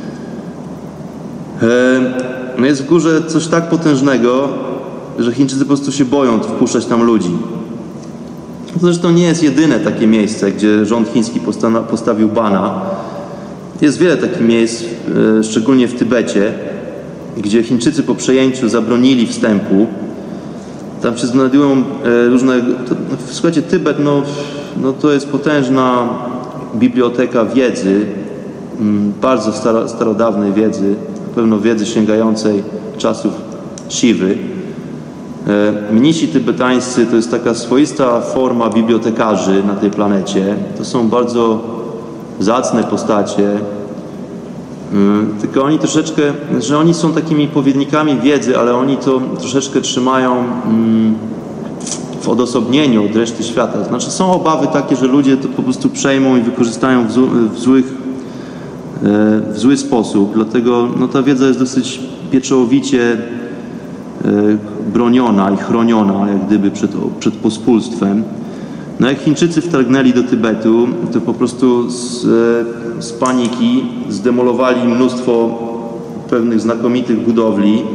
No jest w górze coś tak potężnego, że Chińczycy po prostu się boją wpuszczać tam ludzi. To zresztą nie jest jedyne takie miejsce, gdzie rząd chiński postawił bana. Jest wiele takich miejsc, szczególnie w Tybecie, gdzie Chińczycy po przejęciu zabronili wstępu. Tam się znajdują różne... To, słuchajcie, Tybet, no, no to jest potężna biblioteka wiedzy, bardzo staro, starodawnej wiedzy, na pewno wiedzy sięgającej czasów Siwy. Mnisi tybetańscy to jest taka swoista forma bibliotekarzy na tej planecie. To są bardzo zacne postacie, tylko oni troszeczkę, że oni są takimi powiednikami wiedzy, ale oni to troszeczkę trzymają w odosobnieniu od reszty świata. Znaczy są obawy takie, że ludzie to po prostu przejmą i wykorzystają w, zł, w, złych, w zły sposób. Dlatego no, ta wiedza jest dosyć pieczołowicie broniona i chroniona jak gdyby przed, przed pospólstwem. No jak Chińczycy wtargnęli do Tybetu, to po prostu z, z paniki zdemolowali mnóstwo pewnych znakomitych budowli.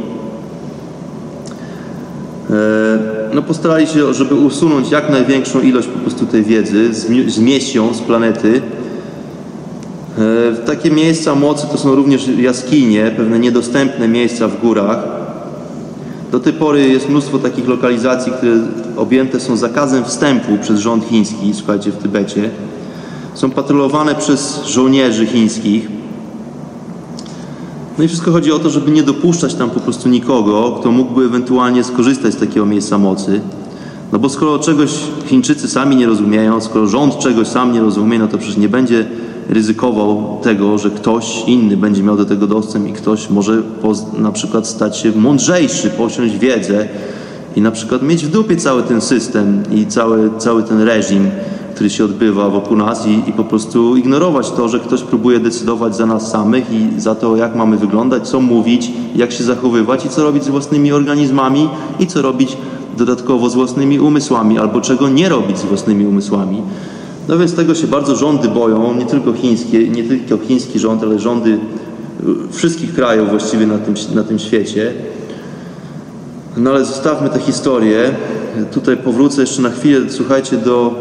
No postarali się, żeby usunąć jak największą ilość po prostu tej wiedzy, zmieść ją z planety. Takie miejsca mocy to są również jaskinie, pewne niedostępne miejsca w górach. Do tej pory jest mnóstwo takich lokalizacji, które objęte są zakazem wstępu przez rząd chiński, słuchajcie, w Tybecie. Są patrolowane przez żołnierzy chińskich. No i wszystko chodzi o to, żeby nie dopuszczać tam po prostu nikogo, kto mógłby ewentualnie skorzystać z takiego miejsca mocy. No bo skoro czegoś Chińczycy sami nie rozumieją, skoro rząd czegoś sam nie rozumie, no to przecież nie będzie ryzykował tego, że ktoś inny będzie miał do tego dostęp i ktoś może na przykład stać się mądrzejszy, posiąść wiedzę i na przykład mieć w dupie cały ten system i cały, cały ten reżim, który się odbywa wokół nas i, i po prostu ignorować to, że ktoś próbuje decydować za nas samych i za to, jak mamy wyglądać, co mówić, jak się zachowywać i co robić z własnymi organizmami i co robić dodatkowo z własnymi umysłami, albo czego nie robić z własnymi umysłami. No więc tego się bardzo rządy boją, nie tylko chińskie, nie tylko chiński rząd, ale rządy wszystkich krajów właściwie na tym, na tym świecie. No ale zostawmy tę historię. Tutaj powrócę jeszcze na chwilę, słuchajcie, do,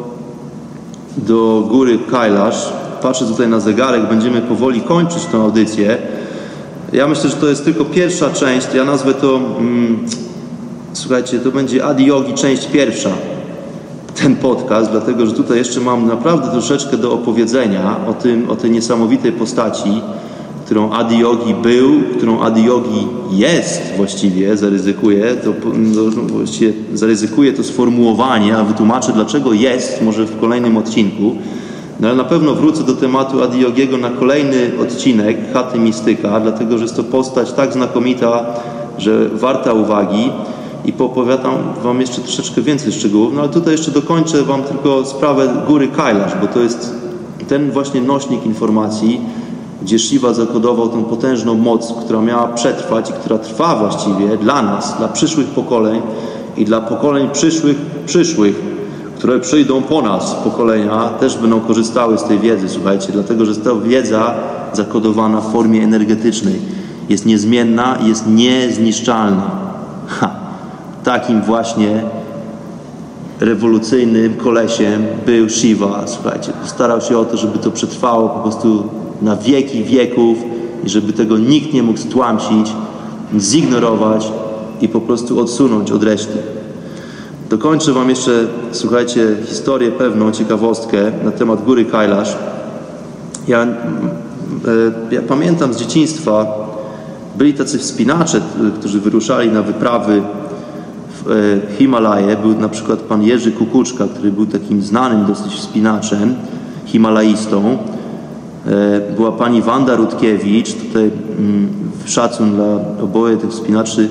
do góry Kailash. Patrzę tutaj na zegarek, będziemy powoli kończyć tę audycję. Ja myślę, że to jest tylko pierwsza część, ja nazwę to, mm, słuchajcie, to będzie Adi Yogi część pierwsza, ten podcast, dlatego, że tutaj jeszcze mam naprawdę troszeczkę do opowiedzenia o tym, o tej niesamowitej postaci, którą Adi Yogi był, którą Adi Yogi jest właściwie, zaryzykuję to, no, właściwie zaryzykuję to sformułowanie, a wytłumaczę, dlaczego jest, może w kolejnym odcinku. No ale na pewno wrócę do tematu Adi Yogiego na kolejny odcinek Chaty Mistyka, dlatego, że jest to postać tak znakomita, że warta uwagi i poopowiadam wam jeszcze troszeczkę więcej szczegółów, no ale tutaj jeszcze dokończę wam tylko sprawę góry Kailash, bo to jest ten właśnie nośnik informacji, gdzie Shiva zakodował tę potężną moc, która miała przetrwać i która trwa właściwie dla nas, dla przyszłych pokoleń i dla pokoleń przyszłych, przyszłych, które przyjdą po nas, pokolenia, też będą korzystały z tej wiedzy, słuchajcie, dlatego, że jest to wiedza zakodowana w formie energetycznej. Jest niezmienna i jest niezniszczalna. Ha! Takim właśnie rewolucyjnym kolesiem był Shiva, słuchajcie. Starał się o to, żeby to przetrwało po prostu na wieki wieków i żeby tego nikt nie mógł stłamsić, zignorować i po prostu odsunąć od reszty. Dokończę wam jeszcze, słuchajcie, historię pewną, ciekawostkę na temat góry Kailash. Ja, ja pamiętam z dzieciństwa, byli tacy wspinacze, którzy wyruszali na wyprawy w Himalaje. Był na przykład pan Jerzy Kukuczka, który był takim znanym dosyć wspinaczem, himalaistą. Była pani Wanda Rutkiewicz, tutaj szacun dla oboje tych wspinaczy.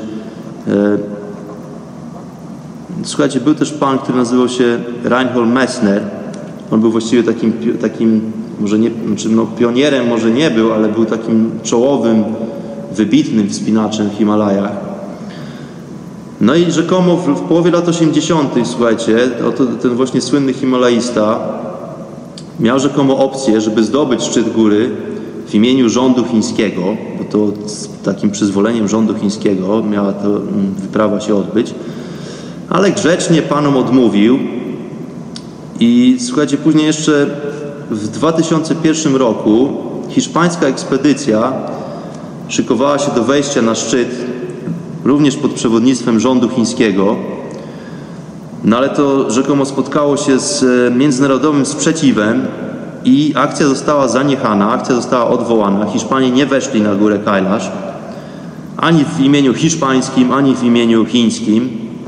Słuchajcie, był też pan, który nazywał się Reinhold Messner. On był właściwie takim, takim może nie, znaczy no, pionierem może nie był, ale był takim czołowym, wybitnym wspinaczem w Himalajach. No i rzekomo w, w połowie lat osiemdziesiątych, słuchajcie, oto ten właśnie słynny himalaista miał rzekomo opcję, żeby zdobyć szczyt góry w imieniu rządu chińskiego, bo to z takim przyzwoleniem rządu chińskiego miała ta wyprawa się odbyć, ale grzecznie panom odmówił i słuchajcie, później jeszcze w dwa tysiące pierwszym roku hiszpańska ekspedycja szykowała się do wejścia na szczyt, również pod przewodnictwem rządu chińskiego. No ale to rzekomo spotkało się z międzynarodowym sprzeciwem i akcja została zaniechana, akcja została odwołana. Hiszpanie nie weszli na górę Kailash, ani w imieniu hiszpańskim, ani w imieniu chińskim.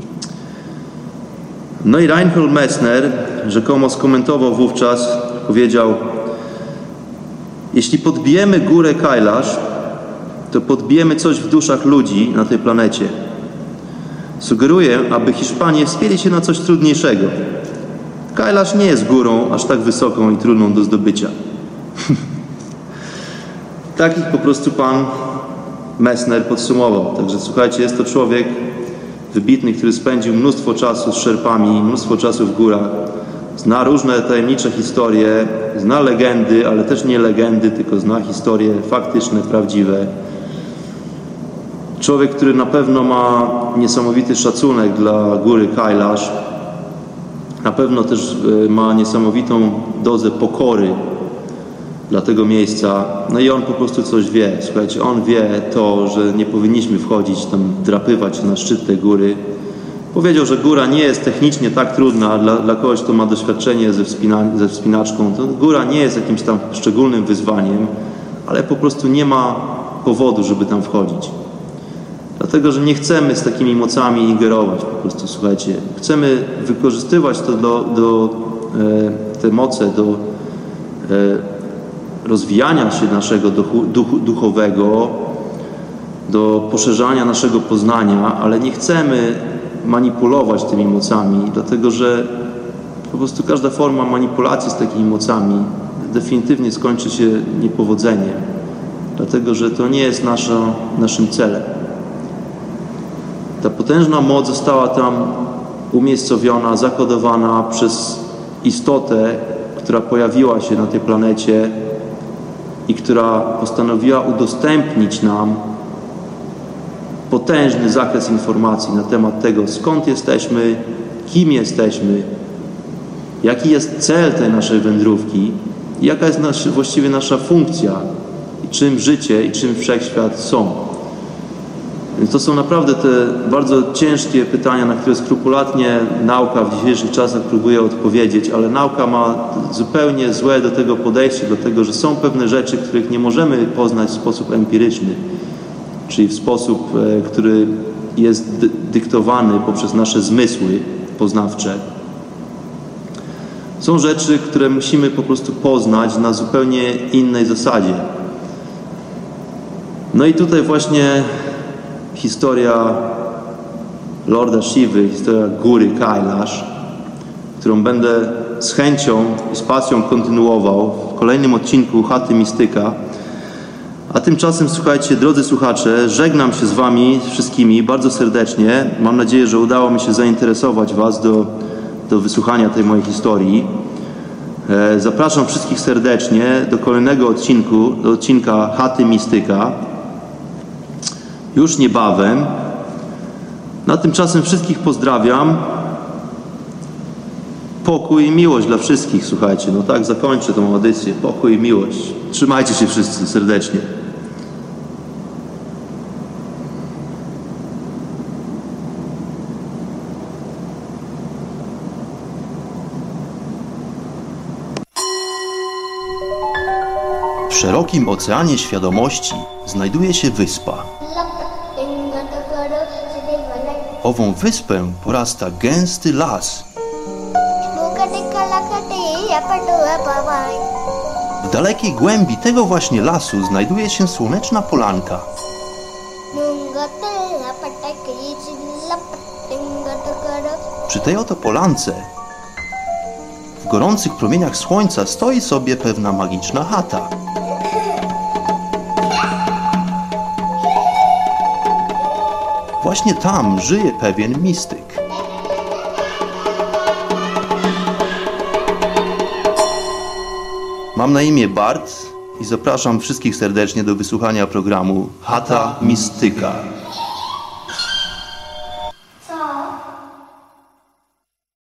No i Reinhold Messner rzekomo skomentował wówczas, powiedział: jeśli podbijemy górę Kailash, to podbijemy coś w duszach ludzi na tej planecie. Sugeruję, aby Hiszpanie wspięli się na coś trudniejszego. Kailash nie jest górą aż tak wysoką i trudną do zdobycia. Takich po prostu pan Messner podsumował. Także słuchajcie, jest to człowiek wybitny, który spędził mnóstwo czasu z szerpami, mnóstwo czasu w górach. Zna różne tajemnicze historie, zna legendy, ale też nie legendy, tylko zna historie faktyczne, prawdziwe. Człowiek, który na pewno ma niesamowity szacunek dla góry Kailash. Na pewno też ma niesamowitą dozę pokory dla tego miejsca. No i on po prostu coś wie. Słuchajcie, on wie to, że nie powinniśmy wchodzić tam, drapywać na szczyt tej góry. Powiedział, że góra nie jest technicznie tak trudna dla, dla kogoś, kto ma doświadczenie ze, wspina, ze wspinaczką. To góra nie jest jakimś tam szczególnym wyzwaniem, ale po prostu nie ma powodu, żeby tam wchodzić. Dlatego, że nie chcemy z takimi mocami ingerować po prostu, słuchajcie. Chcemy wykorzystywać to do, do e, te moce do e, rozwijania się naszego duchu, duchu, duchowego, do poszerzania naszego poznania, ale nie chcemy manipulować tymi mocami, dlatego że po prostu każda forma manipulacji z takimi mocami definitywnie skończy się niepowodzeniem, dlatego że to nie jest nasza, naszym celem. Ta potężna moc została tam umiejscowiona, zakodowana przez istotę, która pojawiła się na tej planecie i która postanowiła udostępnić nam potężny zakres informacji na temat tego, skąd jesteśmy, kim jesteśmy, jaki jest cel tej naszej wędrówki i jaka jest nasz, właściwie nasza funkcja i czym życie i czym wszechświat są. Więc to są naprawdę te bardzo ciężkie pytania, na które skrupulatnie nauka w dzisiejszych czasach próbuje odpowiedzieć, ale nauka ma zupełnie złe do tego podejście, do tego, że są pewne rzeczy, których nie możemy poznać w sposób empiryczny, czyli w sposób, który jest dyktowany poprzez nasze zmysły poznawcze. Są rzeczy, które musimy po prostu poznać na zupełnie innej zasadzie. No i tutaj właśnie historia Lorda Shivy, historia góry Kailash, którą będę z chęcią i z pasją kontynuował w kolejnym odcinku Chaty Mistyka. A tymczasem, słuchajcie, drodzy słuchacze, żegnam się z wami wszystkimi bardzo serdecznie. Mam nadzieję, że udało mi się zainteresować was do, do wysłuchania tej mojej historii. E, zapraszam wszystkich serdecznie do kolejnego odcinku, do odcinka Chaty Mistyka. Już niebawem. Na tymczasem wszystkich pozdrawiam. Pokój i miłość dla wszystkich, słuchajcie. No tak zakończę tą audycję. Pokój i miłość. Trzymajcie się wszyscy serdecznie. W szerokim oceanie świadomości znajduje się wyspa. Ową wyspę porasta gęsty las. W dalekiej głębi tego właśnie lasu znajduje się słoneczna polanka. Przy tej oto polance, w gorących promieniach słońca, stoi sobie pewna magiczna chata. Właśnie tam żyje pewien mistyk. Mam na imię Bart i zapraszam wszystkich serdecznie do wysłuchania programu Chata Mistyka.